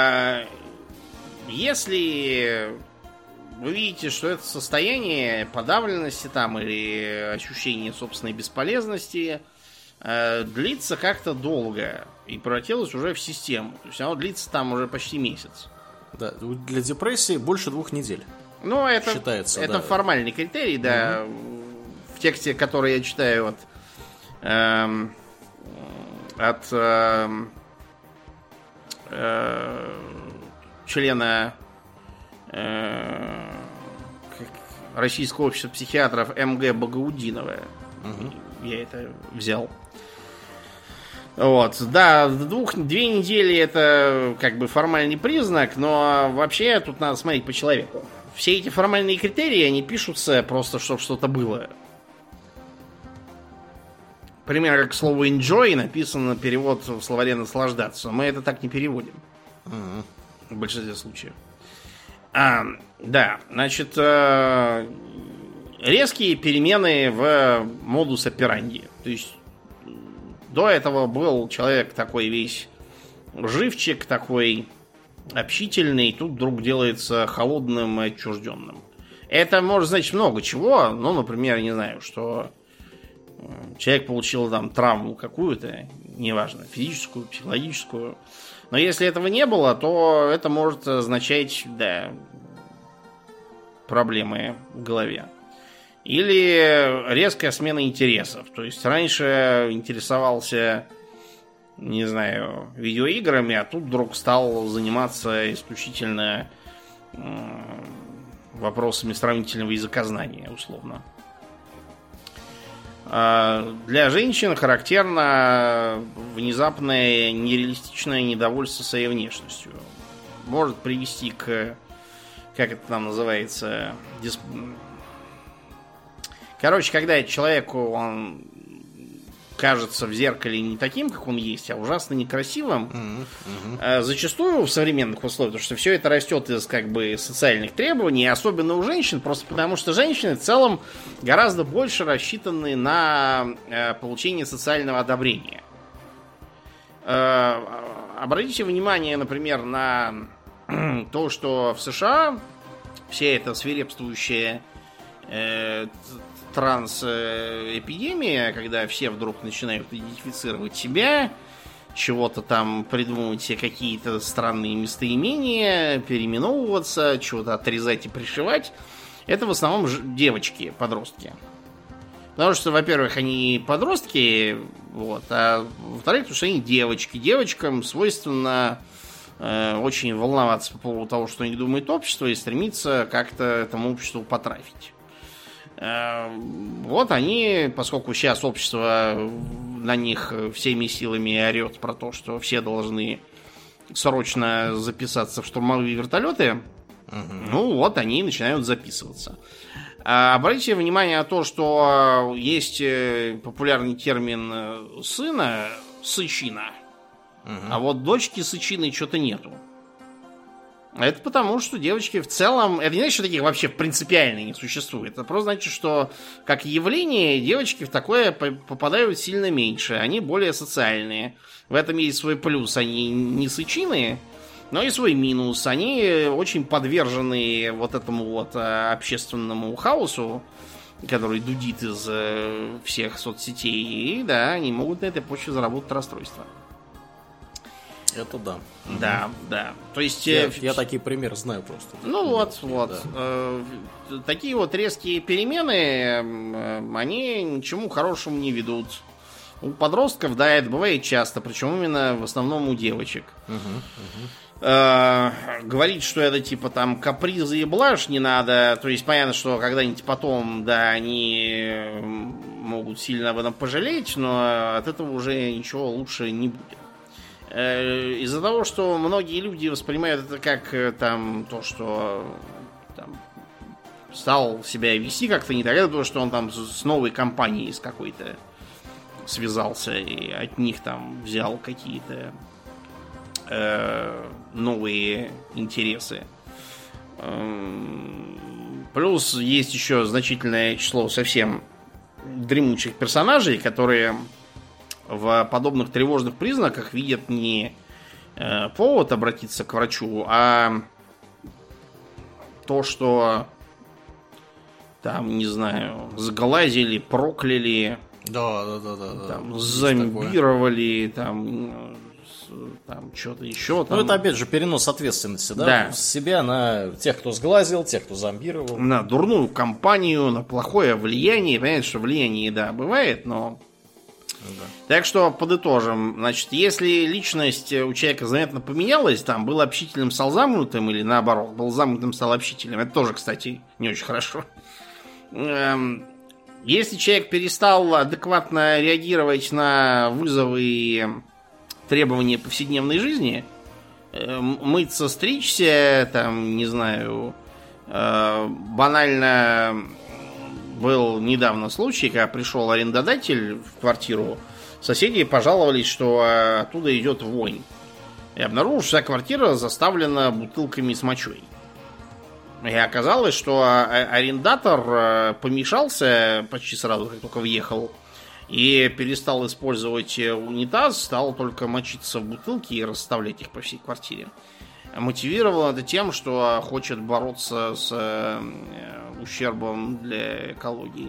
если вы видите, что это состояние подавленности там или ощущение собственной бесполезности длится как-то долго и превратилось уже в систему. То есть оно длится там уже почти месяц. Да, для депрессии больше 2 недель. Ну, это считается, это да. формальный критерий, да. В тексте, который я читаю от от члена Российского общества психиатров МГ Багаудинова. Я это взял. Вот, да, 2 недели это как бы формальный признак, но вообще тут надо смотреть по человеку. Все эти формальные критерии, они пишутся просто, чтобы что-то было. Пример, к слову, enjoy написано перевод в словаре наслаждаться. Мы это так не переводим. В большинстве случаев. Да, значит, резкие перемены в модус операнди. То есть до этого был человек такой весь живчик, такой общительный, тут вдруг делается холодным и отчужденным. Это может значить много чего. Ну, например, не знаю, что человек получил там травму какую-то, неважно, физическую, психологическую. Но если этого не было, то это может означать, да, проблемы в голове. Или резкая смена интересов. То есть раньше интересовался, не знаю, видеоиграми, а тут вдруг стал заниматься исключительно вопросами сравнительного языкознания, условно. Для женщин характерно внезапное нереалистичное недовольство своей внешностью. Может привести к, как это там называется, короче, когда человеку он кажется в зеркале не таким, как он есть, а ужасно некрасивым, зачастую в современных условиях, потому что все это растет из как бы социальных требований, особенно у женщин, просто потому что женщины в целом гораздо больше рассчитаны на получение социального одобрения. Обратите внимание, например, на то, что в США вся эта свирепствующая транс-эпидемия, когда все вдруг начинают идентифицировать себя, чего-то там придумывать себе какие-то странные местоимения, переименовываться, чего-то отрезать и пришивать, это в основном девочки, подростки. Потому что, во-первых, они подростки, вот, а во-вторых, потому что они девочки. Девочкам свойственно очень волноваться по поводу того, что они думают общество, и стремиться как-то этому обществу потрафить. Вот они, поскольку сейчас общество на них всеми силами орет про то, что все должны срочно записаться в штурмовые вертолеты, ну вот они начинают записываться. Обратите внимание на то, что есть популярный термин сына, сычина, а вот дочки сычины что-то нету. Это потому, что девочки в целом... Это не значит, что таких вообще принципиально не существует. Это просто значит, что как явление девочки в такое попадают сильно меньше. Они более социальные. В этом есть свой плюс. Они не сычины, но и свой минус. Они очень подвержены вот этому вот общественному хаосу, который дудит из всех соцсетей. И да, они могут на этой почве заработать расстройство. Это да. Да, да. То есть я такие примеры знаю просто. Ну вот, вот. Да. Такие вот резкие перемены, они ничему хорошему не ведут. У подростков, да, это бывает часто, причем именно в основном у девочек. Говорить, что это типа там капризы и блажь не надо. То есть понятно, что когда-нибудь потом, да, они могут сильно об этом пожалеть, но от этого уже ничего лучше не будет. Из-за того, что многие люди воспринимают это как там то, что там, стал себя вести как-то не так, это то, что он там с новой компанией с какой-то связался и от них там взял какие-то новые интересы. Плюс есть еще значительное число совсем дремучих персонажей, которые в подобных тревожных признаках видят не повод обратиться к врачу, а то, что там, не знаю, сглазили, прокляли, да. Там, зомбировали, там что-то еще. Там. Ну, это опять же перенос ответственности, да? Да. С себя на тех, кто сглазил, тех, кто зомбировал. На дурную компанию, на плохое влияние. Понятно, что влияние, да, бывает, но Да. Так что подытожим. Значит, если личность у человека заметно поменялась, там был общительным, стал замкнутым, или наоборот, был замкнутым, стал общительным, это тоже, кстати, не очень хорошо. Если человек перестал адекватно реагировать на вызовы и требования повседневной жизни, мыться, стричься, там, не знаю, банально был недавно случай, когда пришел арендодатель в квартиру, соседи пожаловались, что оттуда идет вонь. И обнаружил, что вся квартира заставлена бутылками с мочой. И оказалось, что арендатор помешался почти сразу, как только въехал, и перестал использовать унитаз, стал только мочиться в бутылки и расставлять их по всей квартире. Мотивировал это тем, что хочет бороться с ущербом для экологии.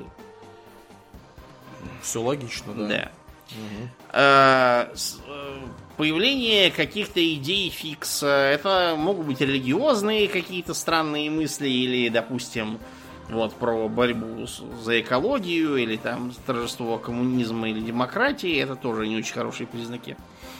Все логично, да. Да. Появление каких-то идей фикс, это могут быть религиозные какие-то странные мысли, или, допустим, вот про борьбу за экологию, или там торжество коммунизма или демократии, это тоже не очень хорошие признаки.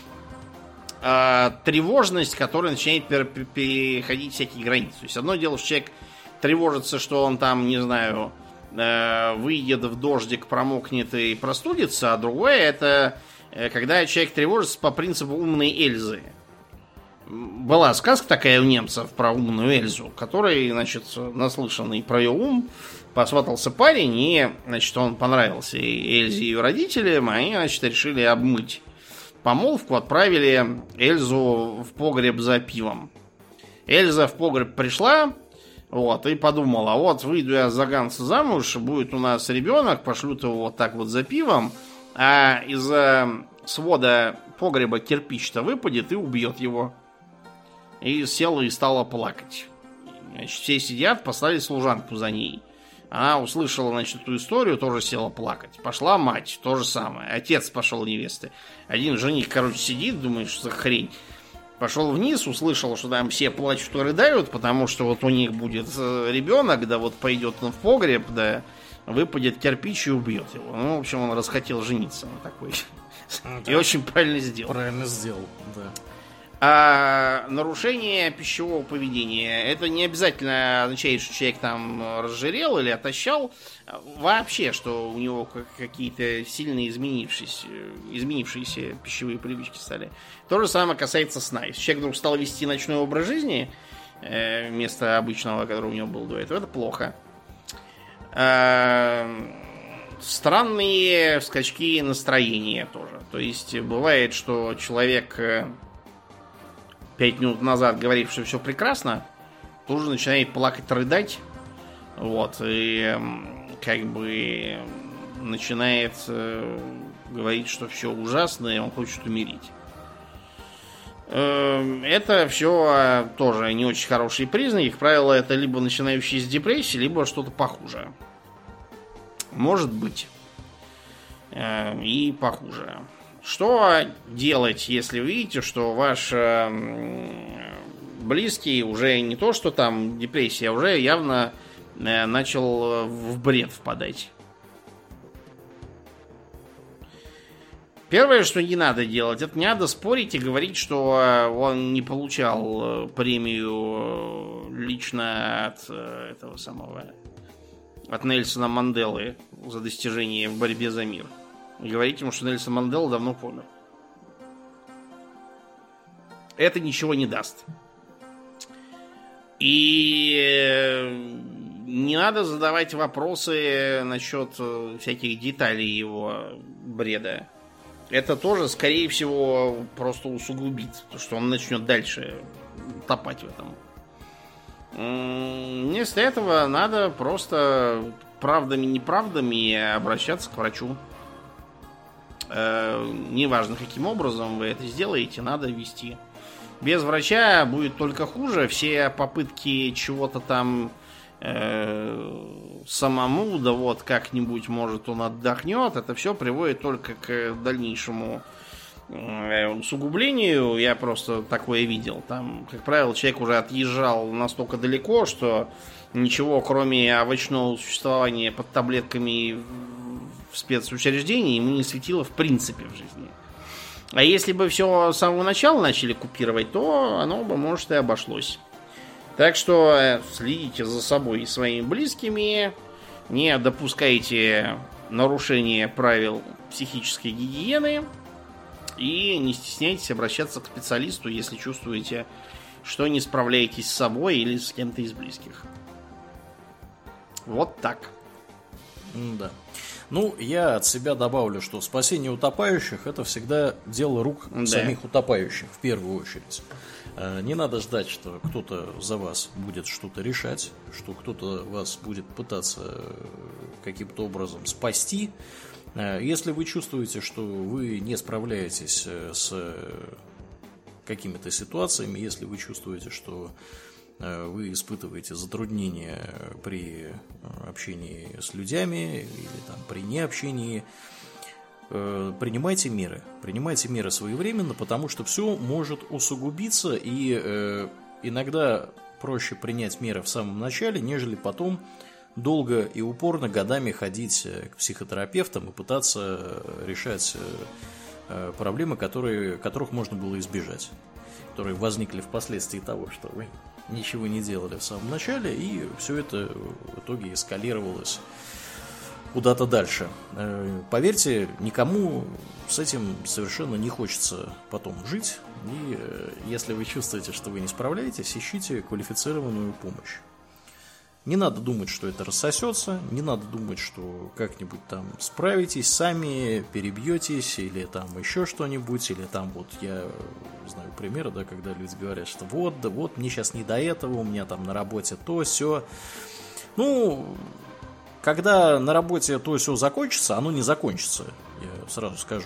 Тревожность, которая начинает переходить всякие границы. То есть одно дело, что человек тревожится, что он там, не знаю, выйдет в дождик, промокнет и простудится, а другое это когда человек тревожится по принципу умной Эльзы. Была сказка такая у немцев про умную Эльзу, который, значит, наслышанный про ее ум, посватался парень, и, значит, он понравился и Эльзе, и ее родителям, и они, значит, решили обмыть помолвку, отправили Эльзу в погреб за пивом. Эльза в погреб пришла, вот, и подумала, вот, выйду я за Ганса замуж, будет у нас ребенок, пошлют его вот так вот за пивом, а из-за свода погреба кирпич-то выпадет и убьет его. И села и стала плакать. Значит, все сидят, послали служанку за ней. Она услышала, значит, эту историю, тоже села плакать. Пошла мать, то же самое. Отец пошел невесты. Один жених, короче, сидит, думает, что за хрень. Пошел вниз, услышал, что там все плачут и рыдают, потому что вот у них будет ребенок, да вот пойдет он в погреб, да выпадет кирпич и убьет его. Ну, в общем, он расхотел жениться на такой. И очень правильно сделал. Правильно сделал, да. А нарушение пищевого поведения, это не обязательно означает, что человек там разжирел или отощал. Вообще, что у него какие-то сильно изменившиеся пищевые привычки стали. То же самое касается сна. Если человек вдруг стал вести ночной образ жизни вместо обычного, который у него был до этого, это плохо. Странные скачки настроения тоже. То есть бывает, что человек 5 минут назад говорит, что все прекрасно, тут же начинает плакать, рыдать, вот, и как бы начинает говорить, что все ужасно, и он хочет умереть. Это все тоже не очень хорошие признаки. Как правило, это либо начинающий с депрессии, либо что-то похуже. Может быть. И похуже. Что делать, если вы видите, что ваш близкий уже не то, что там депрессия, а уже явно начал в бред впадать? Первое, что не надо делать, это не надо спорить и говорить, что он не получал премию лично от этого самого, от Нельсона Манделы за достижение в борьбе за мир. И говорить ему, что Нельсон Мандела давно помер. Это ничего не даст. И не надо задавать вопросы насчет всяких деталей его бреда. Это тоже, скорее всего, просто усугубит, потому что он начнет дальше топать в этом. Вместо этого надо просто правдами-неправдами обращаться к врачу. Неважно, каким образом вы это сделаете, надо вести. Без врача будет только хуже. Все попытки чего-то там самому, да вот как-нибудь, может, он отдохнет, это все приводит только к дальнейшему усугублению. Я просто такое видел. Там, как правило, человек уже отъезжал настолько далеко, что ничего, кроме овощного существования под таблетками в спецучреждении ему не светило в принципе в жизни. А если бы все с самого начала начали купировать, то оно бы, может, и обошлось. Так что следите за собой и своими близкими, не допускайте нарушения правил психической гигиены и не стесняйтесь обращаться к специалисту, если чувствуете, что не справляетесь с собой или с кем-то из близких. Вот так. Да. Ну, я от себя добавлю, что спасение утопающих — это всегда дело рук самих утопающих, в первую очередь. Не надо ждать, что кто-то за вас будет что-то решать, что кто-то вас будет пытаться каким-то образом спасти. Если вы чувствуете, что вы не справляетесь с какими-то ситуациями, если вы чувствуете, что вы испытываете затруднения при общении с людьми или там, при необщении, принимайте меры своевременно, потому что все может усугубиться, и иногда проще принять меры в самом начале, нежели потом долго и упорно годами ходить к психотерапевтам и пытаться решать проблемы, которых можно было избежать, которые возникли впоследствии того, что вы ничего не делали в самом начале, и все это в итоге эскалировалось куда-то дальше. Поверьте, никому с этим совершенно не хочется потом жить, и если вы чувствуете, что вы не справляетесь, ищите квалифицированную помощь. Не надо думать, что это рассосется, не надо думать, что как-нибудь там справитесь сами, перебьетесь, или там еще что-нибудь, или там вот я знаю примеры, да, когда люди говорят, что вот, мне сейчас не до этого, у меня там на работе то, сё. Ну, когда на работе то, сё закончится, оно не закончится, я сразу скажу.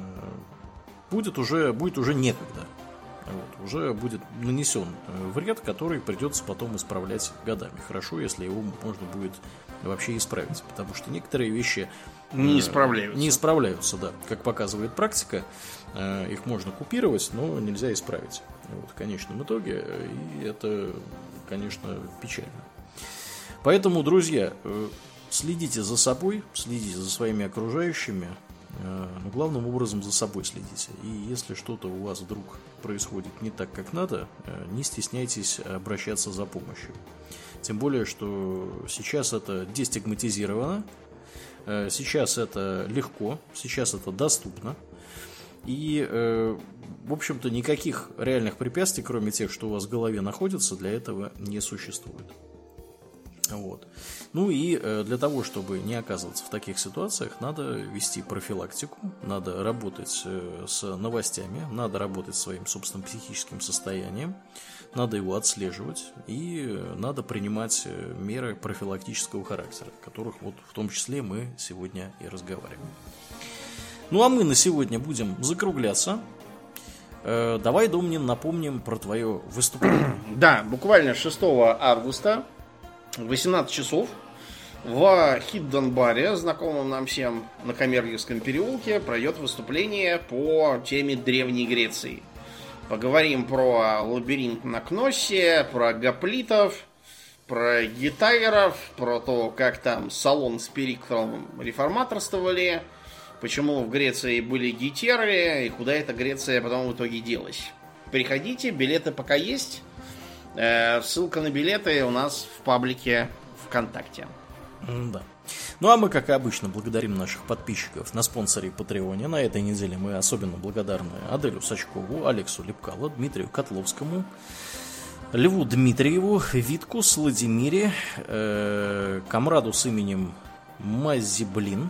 Будет уже некогда. Вот, уже будет нанесен вред, который придется потом исправлять годами. Хорошо, если его можно будет вообще исправить, потому что некоторые вещи не исправляются. Не исправляются, да. Как показывает практика, их можно купировать, но нельзя исправить. Вот, в конечном итоге, и это, конечно, печально. Поэтому, друзья, следите за собой, следите за своими окружающими, но главным образом за собой следите. И если что-то у вас вдруг происходит не так, как надо, не стесняйтесь обращаться за помощью. Тем более, что сейчас это дестигматизировано, сейчас это легко, сейчас это доступно. И, в общем-то, никаких реальных препятствий, кроме тех, что у вас в голове находятся, для этого не существует. Вот. Ну и для того, чтобы не оказываться в таких ситуациях, надо вести профилактику, надо работать с новостями, надо работать с своим собственным психическим состоянием, надо его отслеживать и надо принимать меры профилактического характера, о которых вот в том числе мы сегодня и разговариваем. Ну а мы на сегодня будем закругляться. Давай, Домнин, напомним про твое выступление. Да, буквально 6 августа в 18 часов в Хидден-баре, знакомом нам всем на Камергерском переулке, пройдет выступление по теме Древней Греции. Поговорим про лабиринт на Кноссе, про гоплитов, про гитайров, про то, как там Солон с Периктром реформаторствовали, почему в Греции были гетеры и куда эта Греция потом в итоге делась. Приходите, билеты пока есть. Ссылка на билеты у нас в паблике ВКонтакте. Да. Ну а мы, как и обычно, благодарим наших подписчиков на спонсоре Патреоне. На этой неделе мы особенно благодарны Аделю Сачкову, Алексу Лепкало, Дмитрию Котловскому, Льву Дмитриеву, Витку Сладимире, комраду с именем Мазиблин.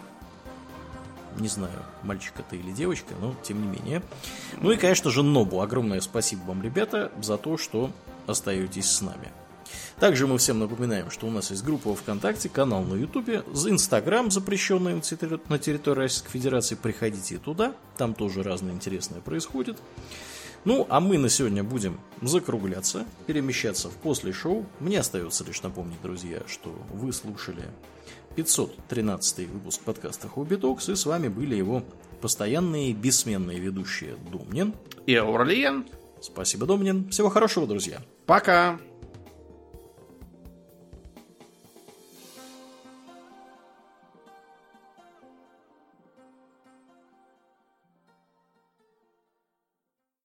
Не знаю, мальчик это или девочка, но тем не менее. Ну и, конечно же, Нобу. Огромное спасибо вам, ребята, за то, что остаетесь с нами. Также мы всем напоминаем, что у нас есть группа ВКонтакте, канал на Ютубе, Инстаграм, запрещенный на территории Российской Федерации. Приходите туда, там тоже разное интересное происходит. Ну, а мы на сегодня будем закругляться, перемещаться в после шоу. Мне остается лишь напомнить, друзья, что вы слушали 513 выпуск подкаста Хобби Токс, и с вами были его постоянные бессменные ведущие Домнин и Аурлиен. Спасибо, Домнин. Всего хорошего, друзья. Пока.